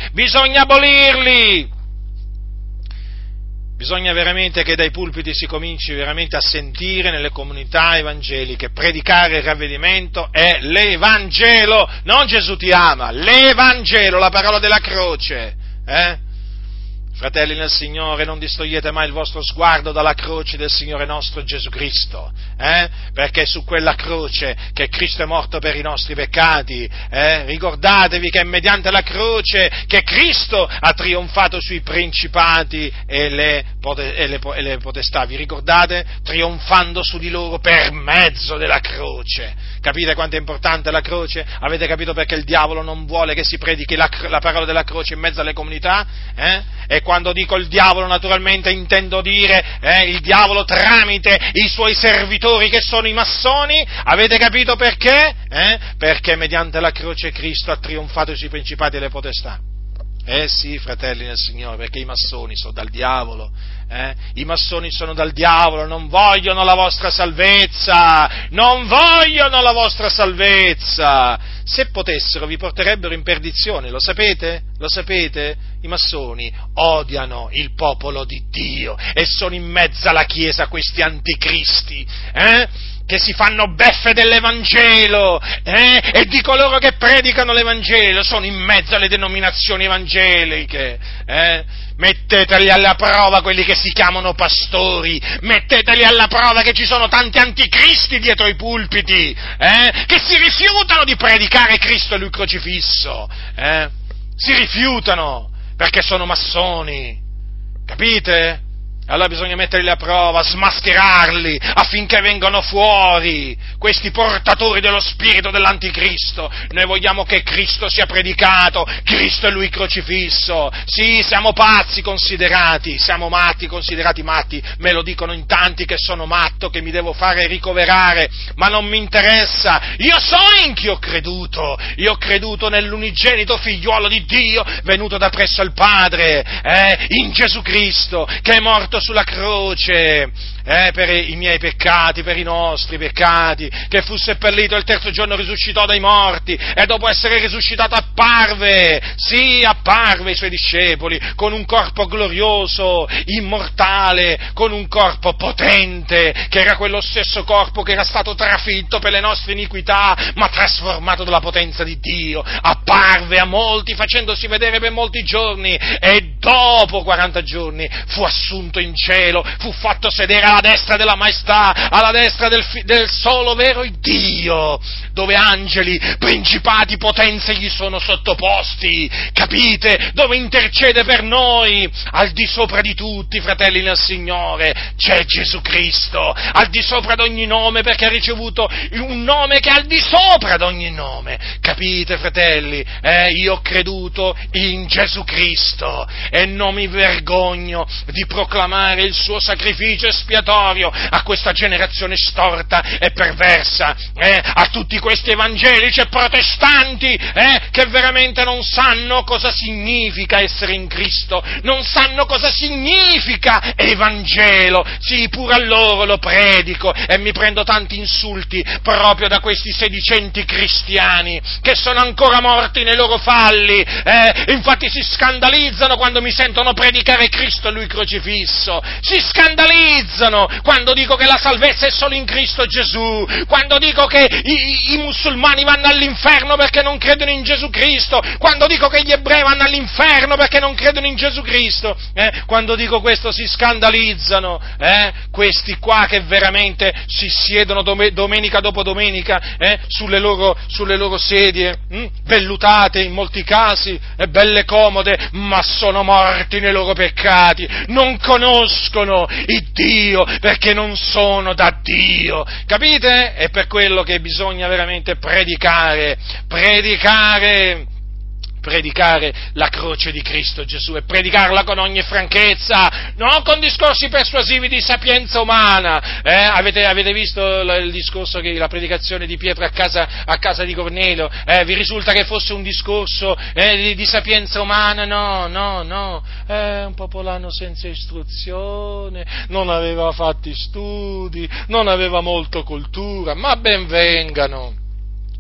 Bisogna veramente che dai pulpiti si cominci veramente a sentire nelle comunità evangeliche, predicare il ravvedimento è l'Evangelo, non Gesù ti ama, l'Evangelo, la parola della croce, Fratelli nel Signore, non distogliete mai il vostro sguardo dalla croce del Signore nostro Gesù Cristo, perché è su quella croce che Cristo è morto per i nostri peccati, ricordatevi che è mediante la croce che Cristo ha trionfato sui principati e le potestà, vi ricordate? Trionfando su di loro per mezzo della croce. Capite quanto è importante la croce? Avete capito perché il diavolo non vuole che si predichi la parola della croce in mezzo alle comunità? E quando dico il diavolo, naturalmente intendo dire il diavolo tramite i suoi servitori che sono i massoni. Avete capito perché? Perché mediante la croce Cristo ha trionfato sui principati e le potestà. Sì, fratelli nel Signore, perché i massoni sono dal diavolo, i massoni sono dal diavolo, non vogliono la vostra salvezza, se potessero vi porterebbero in perdizione, lo sapete? I massoni odiano il popolo di Dio e sono in mezzo alla Chiesa questi anticristi, che si fanno beffe dell'Evangelo, e di coloro che predicano l'Evangelo, sono in mezzo alle denominazioni evangeliche, metteteli alla prova quelli che si chiamano pastori, metteteli alla prova che ci sono tanti anticristi dietro i pulpiti, che si rifiutano di predicare Cristo e Lui crocifisso, si rifiutano, perché sono massoni, capite? Allora bisogna metterli alla prova, smascherarli, affinché vengano fuori questi portatori dello spirito dell'anticristo. Noi vogliamo che Cristo sia predicato, Cristo è Lui crocifisso. Sì, siamo pazzi considerati, siamo matti considerati matti, me lo dicono in tanti che sono matto, che mi devo fare ricoverare, ma non mi interessa. Io so in chi ho creduto nell'unigenito figliuolo di Dio, venuto da presso il Padre, in Gesù Cristo, che è morto sulla croce, per i miei peccati, per i nostri peccati, che fu seppellito e il terzo giorno risuscitò dai morti, e dopo essere risuscitato apparve ai suoi discepoli, con un corpo glorioso, immortale, con un corpo potente, che era quello stesso corpo che era stato trafitto per le nostre iniquità, ma trasformato dalla potenza di Dio, apparve a molti, facendosi vedere per molti giorni, e dopo 40 giorni fu assunto in cielo, fu fatto sedere alla destra della maestà, alla destra del solo vero Dio, dove angeli, principati, potenze gli sono sottoposti, capite? Dove intercede per noi, al di sopra di tutti, fratelli nel Signore, c'è Gesù Cristo, al di sopra di ogni nome, perché ha ricevuto un nome che è al di sopra di ogni nome, capite, fratelli? Io ho creduto in Gesù Cristo e non mi vergogno di proclamare il suo sacrificio espiatorio a questa generazione storta e perversa, a tutti questi evangelici e protestanti, che veramente non sanno cosa significa essere in Cristo, non sanno cosa significa Evangelo. Sì, pure a loro lo predico e mi prendo tanti insulti proprio da questi sedicenti cristiani che sono ancora morti nei loro falli, infatti si scandalizzano quando mi sentono predicare Cristo e Lui crocifisso, si scandalizzano quando dico che la salvezza è solo in Cristo Gesù, quando dico che i musulmani vanno all'inferno perché non credono in Gesù Cristo, quando dico che gli ebrei vanno all'inferno perché non credono in Gesù Cristo, quando dico questo si scandalizzano, questi qua che veramente si siedono domenica dopo domenica, sulle loro sedie, vellutate in molti casi, belle comode, ma sono morti nei loro peccati, non conoscono il Dio perché non sono da Dio, capite? È per quello che bisogna veramente predicare la croce di Cristo Gesù e predicarla con ogni franchezza, non con discorsi persuasivi di sapienza umana. Avete visto il discorso, la predicazione di Pietro a casa di Cornelio? Vi risulta che fosse un discorso di sapienza umana? No, un popolano senza istruzione, non aveva fatti studi, non aveva molto cultura, ma ben vengano.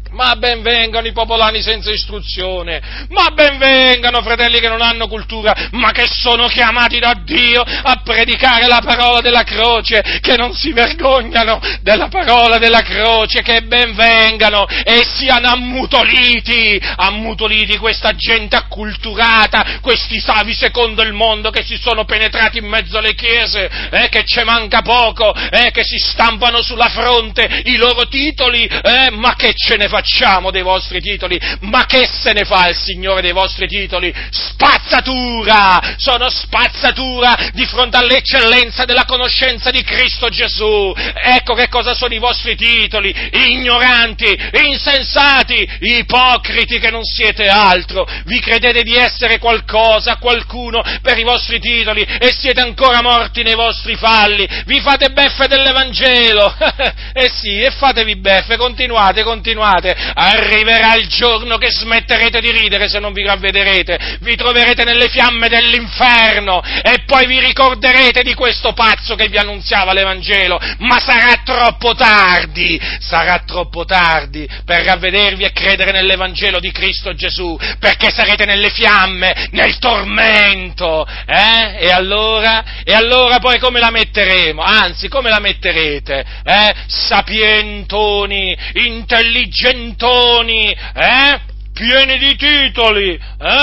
Ma ben vengano i popolani senza istruzione, ma ben vengano fratelli che non hanno cultura, ma che sono chiamati da Dio a predicare la parola della croce, che non si vergognano della parola della croce, che ben vengano e siano ammutoliti questa gente acculturata, questi savi secondo il mondo che si sono penetrati in mezzo alle chiese, che ci manca poco, che si stampano sulla fronte i loro titoli, ma che ce ne facciamo dei vostri titoli? Ma che se ne fa il Signore dei vostri titoli? Spazzatura! Sono spazzatura di fronte all'eccellenza della conoscenza di Cristo Gesù. Ecco che cosa sono i vostri titoli, ignoranti, insensati, ipocriti che non siete altro. Vi credete di essere qualcosa, qualcuno per i vostri titoli e siete ancora morti nei vostri falli. Vi fate beffe dell'Evangelo. Sì, e fatevi beffe, continuate. Arriverà il giorno che smetterete di ridere se non vi ravvederete, vi troverete nelle fiamme dell'inferno e poi vi ricorderete di questo pazzo che vi annunziava l'Evangelo, ma sarà troppo tardi per ravvedervi e credere nell'Evangelo di Cristo Gesù, perché sarete nelle fiamme, nel tormento, E allora poi come la metteremo? Anzi, come la metterete? Sapientoni, intelligentoni, pieni di titoli,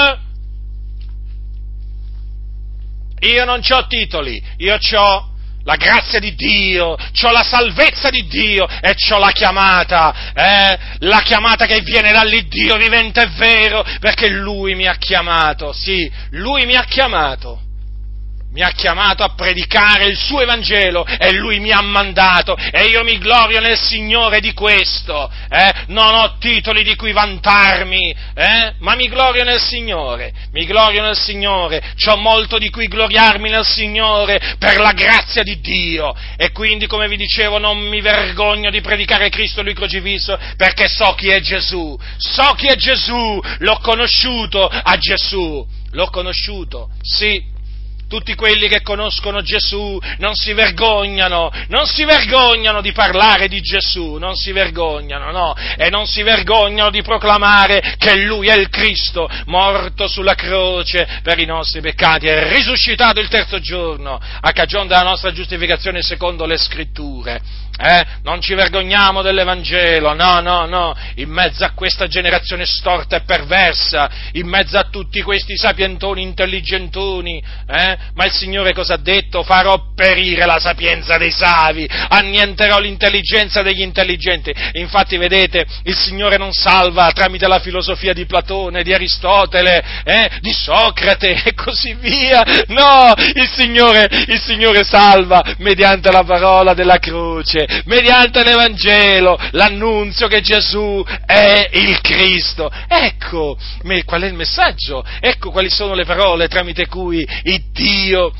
Io non c'ho titoli, io c'ho la grazia di Dio, c'ho la salvezza di Dio e c'ho la chiamata che viene dall'Iddio vivente e vero, perché Lui mi ha chiamato, sì, Lui mi ha chiamato a predicare il suo Evangelo e Lui mi ha mandato e io mi glorio nel Signore di questo, non ho titoli di cui vantarmi, ma mi glorio nel Signore, c'ho molto di cui gloriarmi nel Signore per la grazia di Dio e quindi, come vi dicevo, non mi vergogno di predicare Cristo e Lui crocifisso, perché so chi è Gesù, l'ho conosciuto a Gesù, sì. Tutti quelli che conoscono Gesù non si vergognano di parlare di Gesù, non si vergognano, no, e non si vergognano di proclamare che Lui è il Cristo, morto sulla croce per i nostri peccati, è risuscitato il terzo giorno, a cagione della nostra giustificazione secondo le Scritture. Non ci vergogniamo dell'Evangelo, no, in mezzo a questa generazione storta e perversa, in mezzo a tutti questi sapientoni, intelligentoni, ma il Signore cosa ha detto? Farò perire la sapienza dei savi, annienterò l'intelligenza degli intelligenti. Infatti, vedete, il Signore non salva tramite la filosofia di Platone, di Aristotele, di Socrate e così via, no, il Signore salva mediante la parola della croce, mediante l'Evangelo, l'annunzio che Gesù è il Cristo. Ecco qual è il messaggio, ecco quali sono le parole tramite cui Dio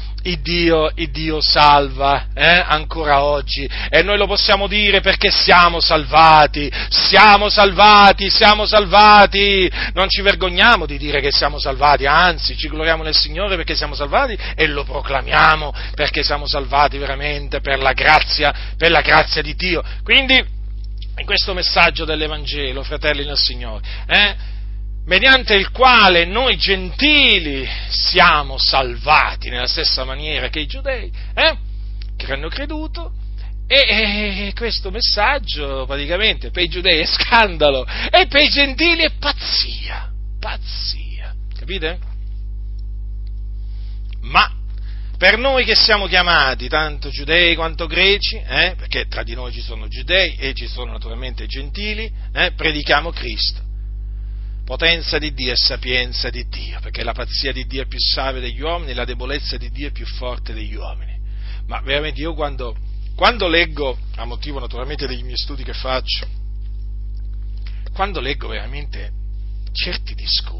salva, ancora oggi, e noi lo possiamo dire perché siamo salvati, non ci vergogniamo di dire che siamo salvati, anzi ci gloriamo nel Signore perché siamo salvati e lo proclamiamo perché siamo salvati veramente per la grazia di Dio. Quindi, in questo messaggio dell'Evangelo, fratelli nel Signore, mediante il quale noi gentili siamo salvati nella stessa maniera che i giudei, che hanno creduto, e questo messaggio praticamente per i giudei è scandalo e per i gentili è pazzia, capite? Ma per noi che siamo chiamati, tanto giudei quanto greci, perché tra di noi ci sono giudei e ci sono naturalmente gentili, predichiamo Cristo, potenza di Dio e sapienza di Dio, perché la pazzia di Dio è più savia degli uomini e la debolezza di Dio è più forte degli uomini. Ma veramente io quando leggo, a motivo naturalmente degli miei studi che faccio, quando leggo veramente certi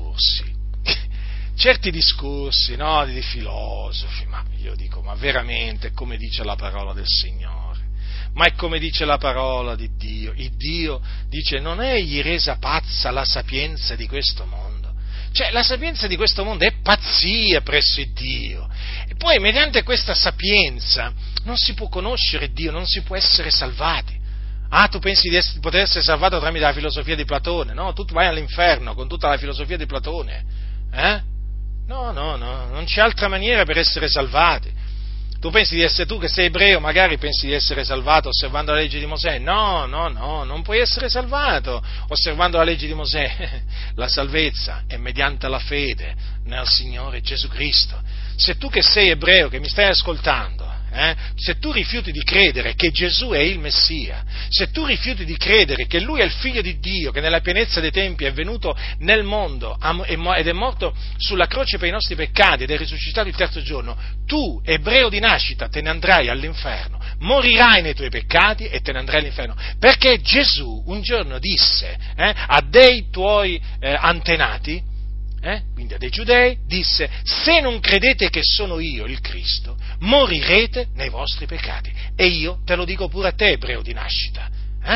discorsi, no, di filosofi, ma io dico, ma veramente è come dice la parola del Signore, ma è come dice la parola di Dio. Il Dio dice, non è egli resa pazza la sapienza di questo mondo? Cioè, la sapienza di questo mondo è pazzia presso il Dio. E poi, mediante questa sapienza, non si può conoscere Dio, non si può essere salvati. Ah, tu pensi di poter essere salvato tramite la filosofia di Platone? No, tu vai all'inferno con tutta la filosofia di Platone. No, non c'è altra maniera per essere salvati. Tu pensi di essere, tu che sei ebreo, magari pensi di essere salvato osservando la legge di Mosè? No, non puoi essere salvato osservando la legge di Mosè. La salvezza è mediante la fede nel Signore Gesù Cristo. Se tu che sei ebreo, che mi stai ascoltando, se tu rifiuti di credere che Gesù è il Messia, se tu rifiuti di credere che Lui è il Figlio di Dio, che nella pienezza dei tempi è venuto nel mondo ed è morto sulla croce per i nostri peccati ed è risuscitato il terzo giorno, tu, ebreo di nascita, te ne andrai all'inferno, morirai nei tuoi peccati e te ne andrai all'inferno, perché Gesù un giorno disse a dei tuoi antenati, quindi a dei giudei, disse: se non credete che sono io il Cristo, morirete nei vostri peccati. E io te lo dico pure a te, ebreo di nascita,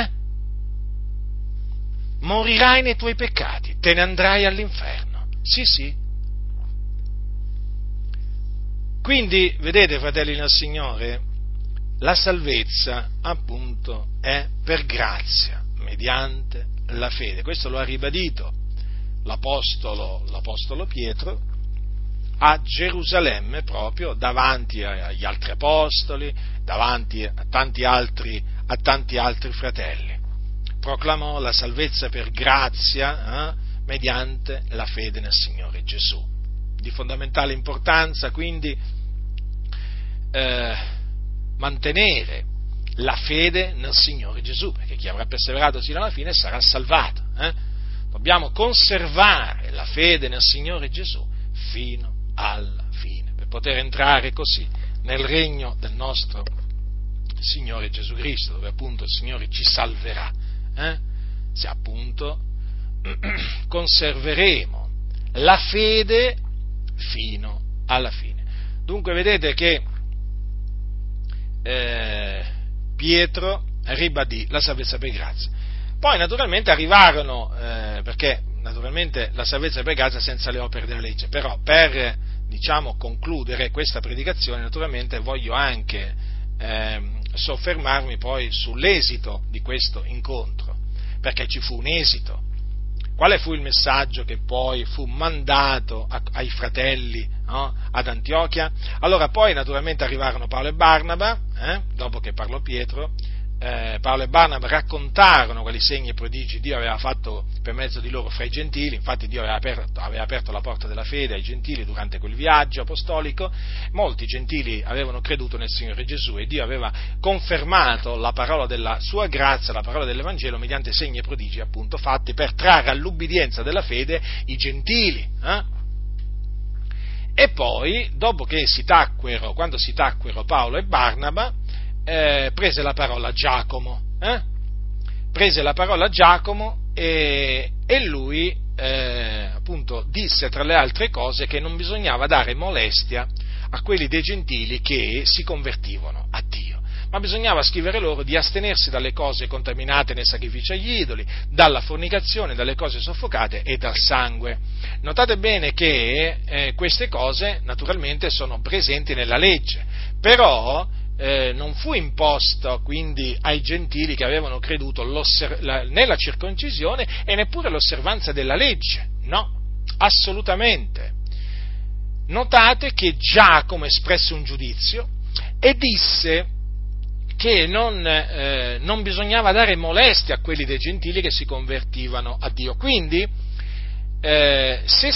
morirai nei tuoi peccati, te ne andrai all'inferno. Sì. Quindi, vedete, fratelli nel Signore, la salvezza, appunto, è per grazia, mediante la fede. Questo lo ha ribadito l'Apostolo Pietro a Gerusalemme, proprio davanti agli altri apostoli, davanti a tanti altri fratelli. Proclamò la salvezza per grazia mediante la fede nel Signore Gesù. Di fondamentale importanza, quindi, mantenere la fede nel Signore Gesù, perché chi avrà perseverato sino alla fine sarà salvato. Dobbiamo conservare la fede nel Signore Gesù fino alla fine, per poter entrare così nel regno del nostro Signore Gesù Cristo, dove appunto il Signore ci salverà, se appunto conserveremo la fede fino alla fine. Dunque vedete che Pietro ribadì la salvezza per grazia. Poi naturalmente arrivarono, perché naturalmente la salvezza per grazia senza le opere della legge, però per concludere questa predicazione naturalmente voglio anche soffermarmi poi sull'esito di questo incontro, perché ci fu un esito. Quale fu il messaggio che poi fu mandato ai fratelli ad Antiochia? Allora poi naturalmente arrivarono Paolo e Barnaba, dopo che parlò Pietro. Paolo e Barnaba raccontarono quali segni e prodigi Dio aveva fatto per mezzo di loro fra i gentili. Infatti Dio aveva aperto la porta della fede ai gentili durante quel viaggio apostolico. Molti gentili avevano creduto nel Signore Gesù e Dio aveva confermato la parola della sua grazia, la parola dell'Evangelo, mediante segni e prodigi appunto fatti per trarre all'ubbidienza della fede i gentili. E poi, dopo che quando si tacquero Paolo e Barnaba, prese la parola Giacomo e lui appunto disse tra le altre cose che non bisognava dare molestia a quelli dei gentili che si convertivano a Dio, ma bisognava scrivere loro di astenersi dalle cose contaminate nei sacrifici agli idoli, dalla fornicazione, dalle cose soffocate e dal sangue. Notate bene che queste cose naturalmente sono presenti nella legge, però non fu imposto quindi ai gentili che avevano creduto né la circoncisione e neppure l'osservanza della legge, no, assolutamente. Notate che Giacomo espresse un giudizio e disse che non bisognava dare molestia a quelli dei gentili che si convertivano a Dio. Quindi, se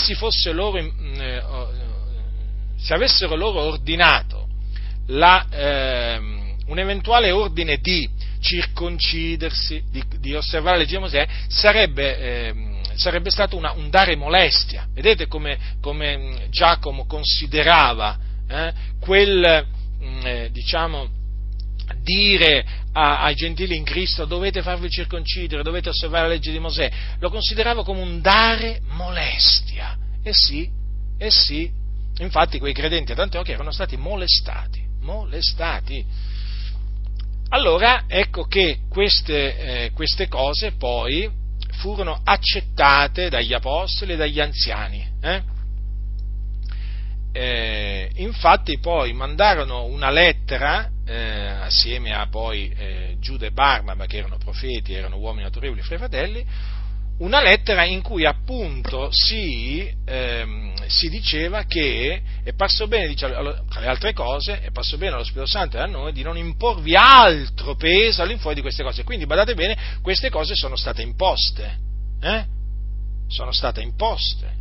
avessero loro ordinato un eventuale ordine di circoncidersi, di osservare la legge di Mosè, sarebbe stato un dare molestia. Vedete come Giacomo considerava dire ai gentili in Cristo: dovete farvi circoncidere, dovete osservare la legge di Mosè, lo considerava come un dare molestia. E sì, infatti quei credenti ad Antiochia erano stati molestati. Allora ecco che queste cose poi furono accettate dagli apostoli e dagli anziani. Infatti poi mandarono una lettera assieme a poi Giuda e Barnaba, che erano profeti, erano uomini autorevoli fra i fratelli, una lettera in cui appunto si diceva che è parso bene, dice, tra le altre cose, è parso bene allo Spirito Santo e a noi di non imporvi altro peso all'infuori di queste cose. Quindi badate bene, queste cose sono state imposte, sono state imposte,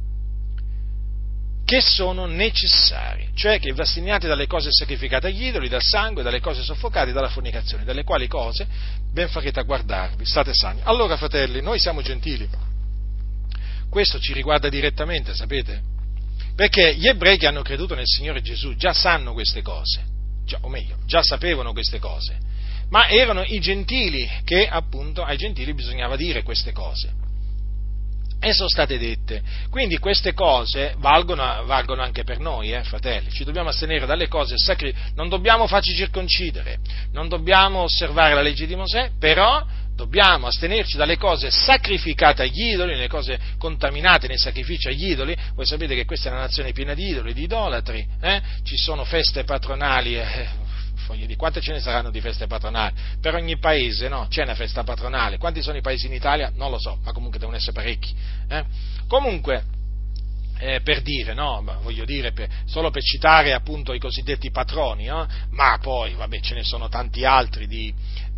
che sono necessari, cioè che vi asteniate dalle cose sacrificate agli idoli, dal sangue, dalle cose soffocate, dalla fornicazione, dalle quali cose ben farete a guardarvi, state sani. Allora, fratelli, noi siamo gentili, questo ci riguarda direttamente, sapete? Perché gli ebrei che hanno creduto nel Signore Gesù già sanno queste cose, o meglio, già sapevano queste cose, ma erano i gentili che appunto ai gentili bisognava dire queste cose. E sono state dette, quindi queste cose valgono anche per noi, fratelli, ci dobbiamo astenere dalle cose non dobbiamo farci circoncidere, non dobbiamo osservare la legge di Mosè, però dobbiamo astenerci dalle cose sacrificate agli idoli, le cose contaminate nei sacrifici agli idoli. Voi sapete che questa è una nazione piena di idoli, di idolatri, ci sono feste patronali, di quante ce ne saranno di feste patronali? Per ogni paese, no? C'è una festa patronale. Quanti sono i paesi in Italia? Non lo so, ma comunque devono essere parecchi. Comunque, per dire, no? Voglio dire, solo per citare appunto i cosiddetti patroni, ma poi, vabbè, ce ne sono tanti altri di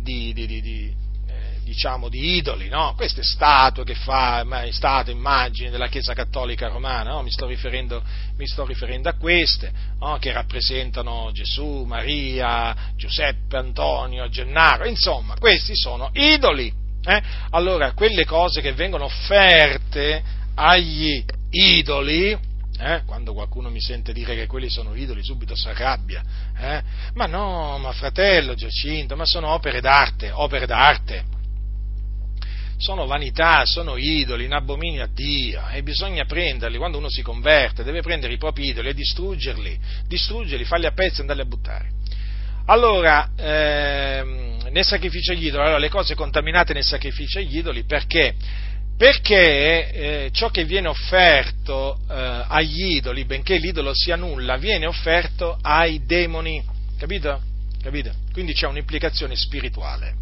idoli, no? Queste statue che fa, statue, immagini della Chiesa Cattolica Romana, no? Mi sto riferendo a queste, no? Che rappresentano Gesù, Maria, Giuseppe, Antonio, Gennaro, insomma, questi sono idoli. Allora, quelle cose che vengono offerte agli idoli, quando qualcuno mi sente dire che quelli sono idoli, subito si arrabbia, ma no, ma fratello Giacinto, ma sono opere d'arte. Sono vanità, sono idoli, in abominio a Dio, e bisogna prenderli, quando uno si converte, deve prendere i propri idoli e distruggerli, farli a pezzi e andarli a buttare. Allora, nel sacrificio agli idoli, allora, le cose contaminate nel sacrificio agli idoli, perché? Perché ciò che viene offerto agli idoli, benché l'idolo sia nulla, viene offerto ai demoni, capito? Quindi c'è un'implicazione spirituale.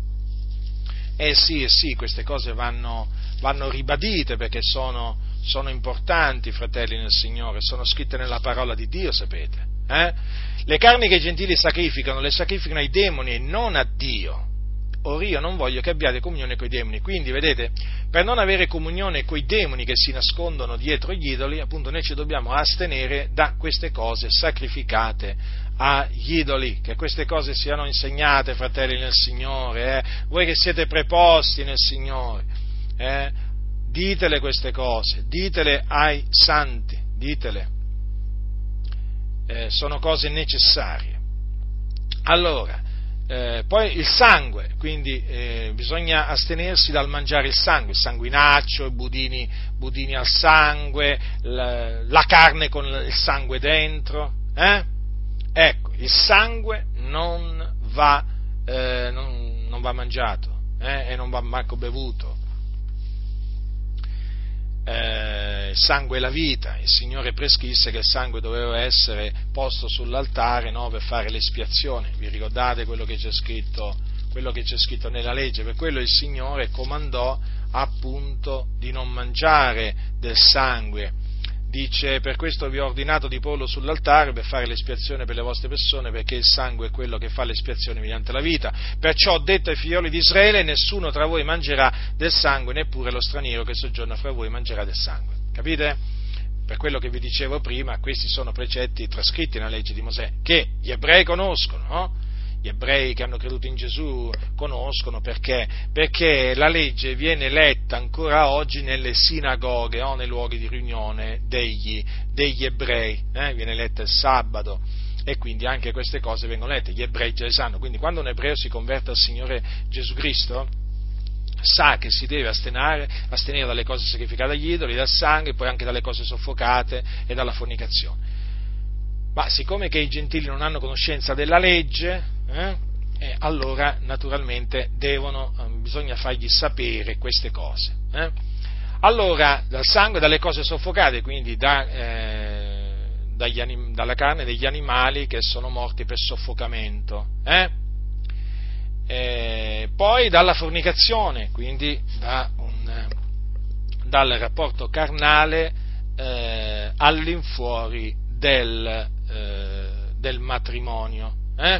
Sì, queste cose vanno ribadite perché sono importanti, fratelli nel Signore, sono scritte nella parola di Dio, sapete. Le carni che i gentili sacrificano, le sacrificano ai demoni e non a Dio. Or io non voglio che abbiate comunione coi demoni. Quindi, vedete, per non avere comunione coi demoni che si nascondono dietro gli idoli, appunto noi ci dobbiamo astenere da queste cose sacrificate agli idoli, che queste cose siano insegnate, fratelli nel Signore, voi che siete preposti nel Signore, ditele queste cose, ditele ai santi, ditele, sono cose necessarie. Allora, poi il sangue, quindi bisogna astenersi dal mangiare il sanguinaccio, i budini al sangue, la carne con il sangue dentro, Ecco, il sangue non va mangiato e non va manco bevuto. Il sangue è la vita, il Signore prescrisse che il sangue doveva essere posto sull'altare, no, per fare l'espiazione. Vi ricordate quello che c'è scritto nella legge? Per quello il Signore comandò appunto di non mangiare del sangue. Dice: per questo vi ho ordinato di porlo sull'altare per fare l'espiazione per le vostre persone, perché il sangue è quello che fa l'espiazione mediante la vita. Perciò ho detto ai figlioli di Israele: nessuno tra voi mangerà del sangue, neppure lo straniero che soggiorna fra voi mangerà del sangue. Capite? Per quello che vi dicevo prima, questi sono precetti trascritti nella legge di Mosè, che gli ebrei conoscono, no? Gli ebrei che hanno creduto in Gesù conoscono perché la legge viene letta ancora oggi nelle sinagoghe o nei luoghi di riunione degli ebrei, viene letta il sabato, e quindi anche queste cose vengono lette, gli ebrei già le sanno. Quindi quando un ebreo si converte al Signore Gesù Cristo, sa che si deve astenere dalle cose sacrificate agli idoli, dal sangue, e poi anche dalle cose soffocate e dalla fornicazione. Ma siccome che i gentili non hanno conoscenza della legge, allora naturalmente bisogna fargli sapere queste cose. Allora, dal sangue, dalle cose soffocate, quindi dalla carne degli animali che sono morti per soffocamento. Poi dalla fornicazione, quindi dal rapporto carnale all'infuori del matrimonio.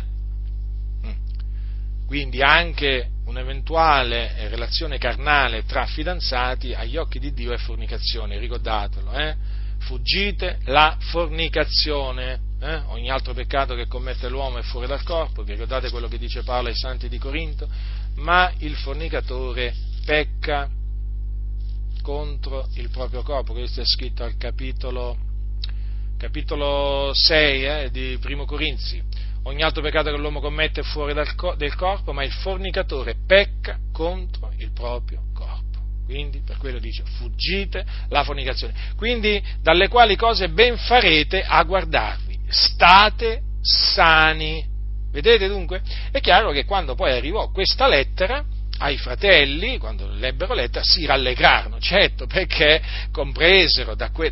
Quindi anche un'eventuale relazione carnale tra fidanzati agli occhi di Dio è fornicazione, ricordatelo. Fuggite la fornicazione. Ogni altro peccato che commette l'uomo è fuori dal corpo, vi ricordate quello che dice Paolo ai santi di Corinto? Ma il fornicatore pecca contro il proprio corpo. Questo è scritto al capitolo 6 di Primo Corinzi. Ogni altro peccato che l'uomo commette è fuori del corpo, ma il fornicatore pecca contro il proprio corpo. Quindi per quello dice fuggite la fornicazione. Quindi dalle quali cose ben farete a guardarvi, state sani. Vedete dunque? È chiaro che quando poi arrivò questa lettera ai fratelli, quando l'ebbero letta, si rallegrarono, certo, perché compresero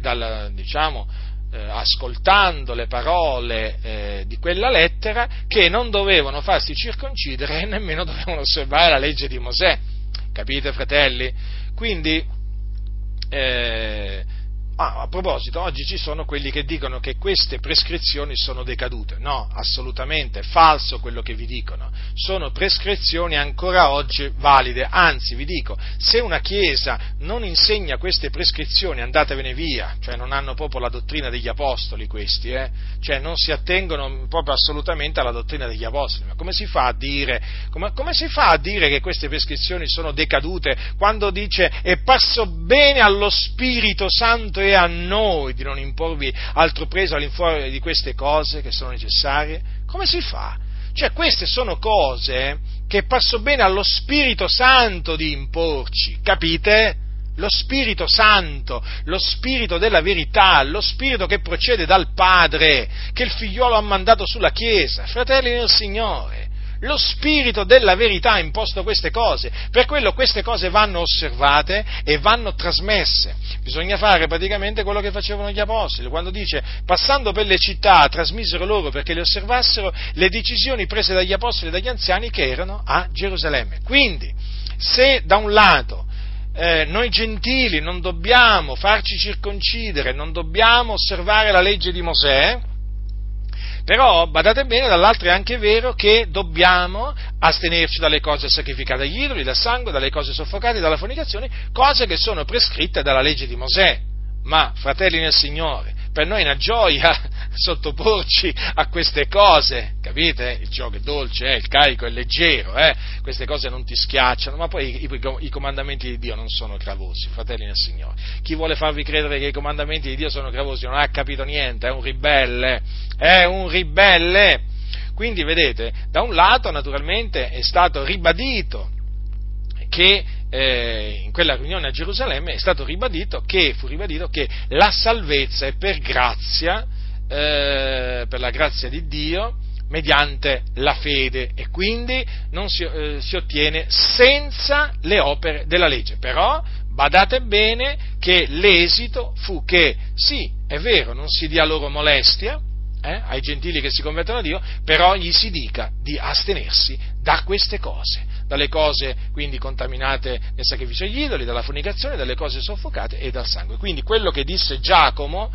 ascoltando le parole di quella lettera, che non dovevano farsi circoncidere e nemmeno dovevano osservare la legge di Mosè. Capite, fratelli? Quindi, a proposito, oggi ci sono quelli che dicono che queste prescrizioni sono decadute. No, assolutamente, è falso quello che vi dicono. Sono prescrizioni ancora oggi valide. Anzi, vi dico, se una Chiesa non insegna queste prescrizioni, andatevene via. Cioè, non hanno proprio la dottrina degli Apostoli questi, Cioè, non si attengono proprio assolutamente alla dottrina degli Apostoli. Ma come si fa a dire che queste prescrizioni sono decadute quando dice è parso bene allo Spirito Santo e a noi di non imporvi altro preso all'infuori di queste cose che sono necessarie? Come si fa? Cioè, queste sono cose che passò bene allo Spirito Santo di imporci, capite? Lo Spirito Santo, lo Spirito della verità, lo Spirito che procede dal Padre, che il Figliolo ha mandato sulla Chiesa, fratelli del Signore. Lo Spirito della verità ha imposto queste cose, per quello queste cose vanno osservate e vanno trasmesse. Bisogna fare praticamente quello che facevano gli Apostoli, quando dice, passando per le città, trasmisero loro perché le osservassero le decisioni prese dagli Apostoli e dagli anziani che erano a Gerusalemme. Quindi, se da un lato noi gentili non dobbiamo farci circoncidere, non dobbiamo osservare la legge di Mosè, però, badate bene, dall'altro è anche vero che dobbiamo astenerci dalle cose sacrificate agli idoli, dal sangue, dalle cose soffocate, dalla fornicazione, cose che sono prescritte dalla legge di Mosè. Ma, fratelli nel Signore, per noi è una gioia sottoporci a queste cose, capite? Il gioco è dolce, il carico è leggero, queste cose non ti schiacciano, ma poi i comandamenti di Dio non sono gravosi, fratelli nel Signore. Chi vuole farvi credere che i comandamenti di Dio sono gravosi non ha capito niente, è un ribelle. Quindi, vedete, da un lato naturalmente è stato ribadito che in quella riunione a Gerusalemme fu ribadito che la salvezza è per grazia, per la grazia di Dio, mediante la fede, e quindi non si ottiene senza le opere della legge. Però badate bene che l'esito fu che, sì, è vero, non si dia loro molestia ai gentili che si convertono a Dio, però gli si dica di astenersi da queste cose, dalle cose quindi contaminate nel sacrificio agli idoli, dalla fornicazione, dalle cose soffocate e dal sangue. Quindi quello che disse Giacomo,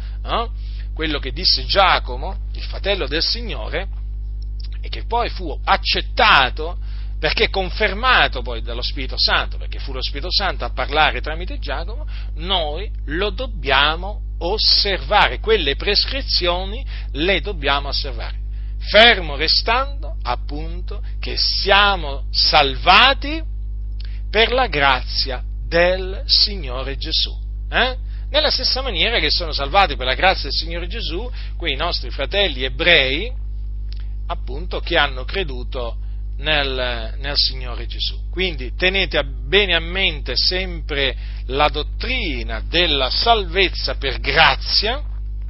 il fratello del Signore, e che poi fu accettato perché confermato poi dallo Spirito Santo, perché fu lo Spirito Santo a parlare tramite Giacomo, noi lo dobbiamo osservare, quelle prescrizioni le dobbiamo osservare, fermo restando appunto che siamo salvati per la grazia del Signore Gesù. Nella stessa maniera che sono salvati per la grazia del Signore Gesù quei nostri fratelli ebrei, appunto, che hanno creduto nel Signore Gesù. Quindi tenete bene a mente sempre la dottrina della salvezza per grazia,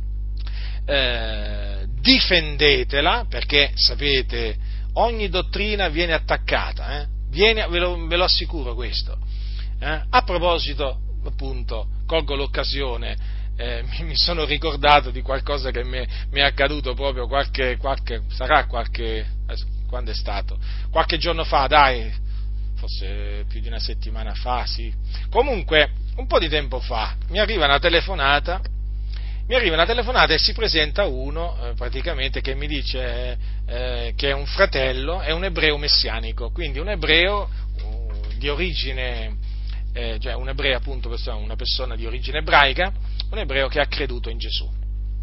difendetela, perché sapete, ogni dottrina viene attaccata, ve lo assicuro questo. A proposito, appunto, colgo l'occasione mi sono ricordato di qualcosa che mi è accaduto proprio quando è stato? Qualche giorno fa, dai, forse più di una settimana fa, sì. Comunque, un po' di tempo fa, mi arriva una telefonata e si presenta uno, praticamente, che mi dice che è un fratello, è un ebreo messianico, quindi un ebreo di origine, cioè un ebreo appunto, una persona di origine ebraica, un ebreo che ha creduto in Gesù.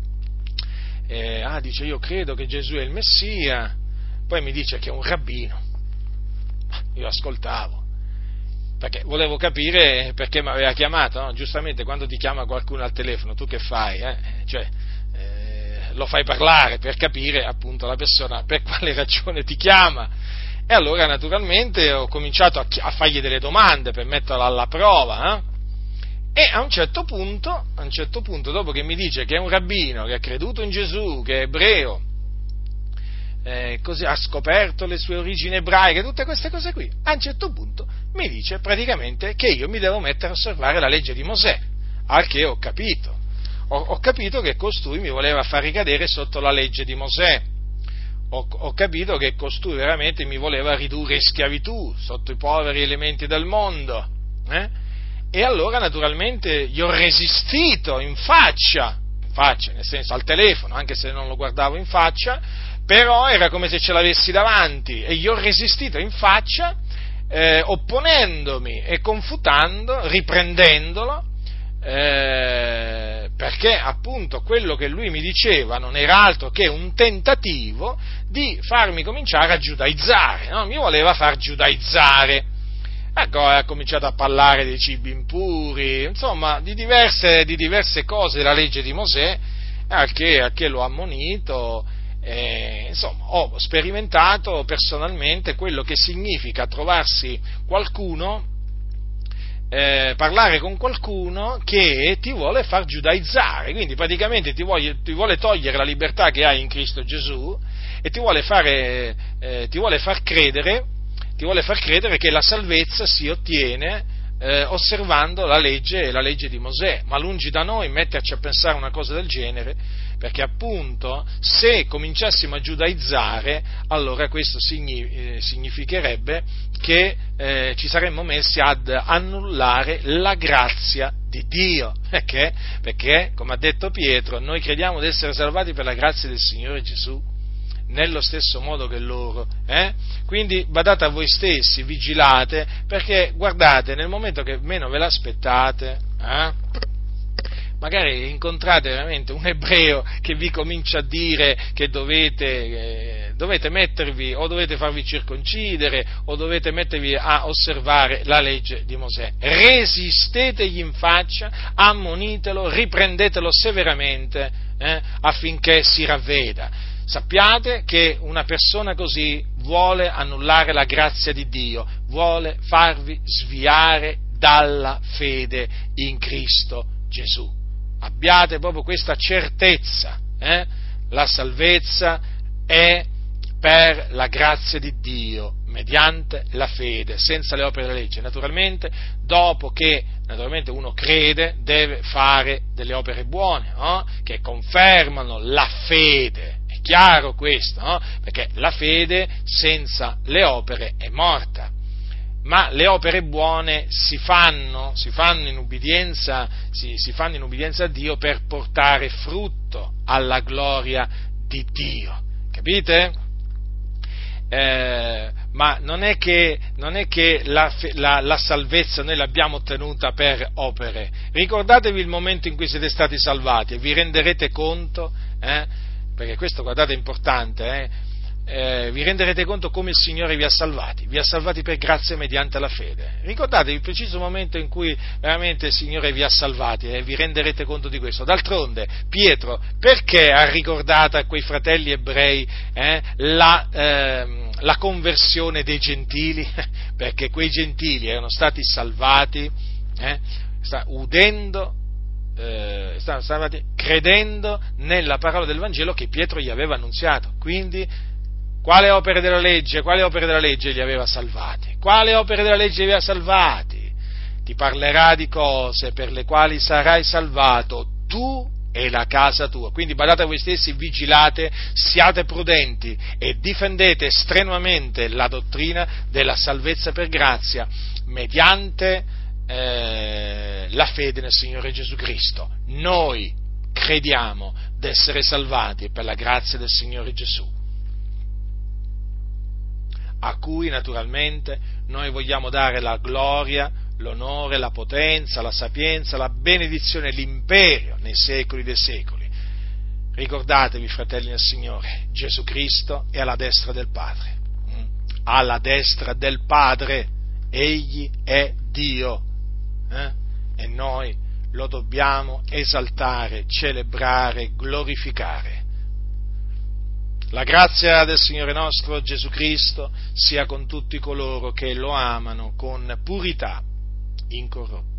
Dice, io credo che Gesù è il Messia, poi mi dice che è un rabbino. Io ascoltavo, perché volevo capire perché mi aveva chiamato, no? Giustamente quando ti chiama qualcuno al telefono, tu che fai? Lo fai parlare per capire appunto la persona per quale ragione ti chiama. E allora naturalmente ho cominciato a fargli delle domande per metterla alla prova, E a un certo punto, dopo che mi dice che è un rabbino, che ha creduto in Gesù, che è ebreo, così ha scoperto le sue origini ebraiche, tutte queste cose qui, a un certo punto mi dice praticamente che io mi devo mettere a osservare la legge di Mosè, al che ho capito. Ho capito che costui mi voleva far ricadere sotto la legge di Mosè. Ho capito che costui veramente mi voleva ridurre in schiavitù sotto i poveri elementi del mondo. E allora naturalmente gli ho resistito in faccia, nel senso al telefono, anche se non lo guardavo in faccia, però era come se ce l'avessi davanti, e gli ho resistito in faccia, opponendomi e confutando, riprendendolo, perché appunto quello che lui mi diceva non era altro che un tentativo di farmi cominciare a giudaizzare, no? Mi voleva far giudaizzare. Ecco, ha cominciato a parlare dei cibi impuri, insomma, di diverse cose della legge di Mosè, a che l'ho ammonito, insomma, ho sperimentato personalmente quello che significa trovarsi qualcuno, parlare con qualcuno che ti vuole far giudaizzare, quindi praticamente ti vuole togliere la libertà che hai in Cristo Gesù e ti vuole far credere che la salvezza si ottiene osservando la legge di Mosè, ma lungi da noi metterci a pensare una cosa del genere, perché appunto se cominciassimo a giudaizzare, allora questo significherebbe che ci saremmo messi ad annullare la grazia di Dio, perché come ha detto Pietro, noi crediamo di essere salvati per la grazia del Signore Gesù, nello stesso modo che loro, Quindi badate a voi stessi, vigilate, perché guardate, nel momento che meno ve l'aspettate, magari incontrate veramente un ebreo che vi comincia a dire che dovete mettervi, o dovete farvi circoncidere, o dovete mettervi a osservare la legge di Mosè. Resistetegli in faccia, ammonitelo, riprendetelo severamente, affinché si ravveda. Sappiate che una persona così vuole annullare la grazia di Dio, vuole farvi sviare dalla fede in Cristo Gesù. Abbiate proprio questa certezza, La salvezza è per la grazia di Dio, mediante la fede, senza le opere della legge. Naturalmente, dopo che uno crede, deve fare delle opere buone, che confermano la fede. Chiaro questo, no? Perché la fede senza le opere è morta, ma le opere buone si fanno in ubbidienza a Dio per portare frutto alla gloria di Dio, capite? Ma non è che la salvezza noi l'abbiamo ottenuta per opere. Ricordatevi il momento in cui siete stati salvati e vi renderete conto, perché questo, guardate, è importante, vi renderete conto come il Signore vi ha salvati per grazia mediante la fede. Ricordatevi il preciso momento in cui veramente il Signore vi ha salvati e vi renderete conto di questo. D'altronde, Pietro, perché ha ricordato a quei fratelli ebrei la conversione dei gentili? Perché quei gentili erano stati salvati stavano credendo nella parola del Vangelo che Pietro gli aveva annunziato. Quindi, quale opere della legge li aveva salvati? Quale opere della legge li aveva salvati? Ti parlerà di cose per le quali sarai salvato tu e la casa tua. Quindi badate a voi stessi, vigilate, siate prudenti e difendete strenuamente la dottrina della salvezza per grazia mediante la fede nel Signore Gesù Cristo. Noi crediamo d'essere salvati per la grazia del Signore Gesù, a cui naturalmente noi vogliamo dare la gloria, l'onore, la potenza, la sapienza, la benedizione e l'imperio nei secoli dei secoli. Ricordatevi, fratelli del Signore, Gesù Cristo è alla destra del Padre. Alla destra del Padre, Egli è Dio. E noi lo dobbiamo esaltare, celebrare, glorificare. La grazia del Signore nostro Gesù Cristo sia con tutti coloro che lo amano con purità incorrotta.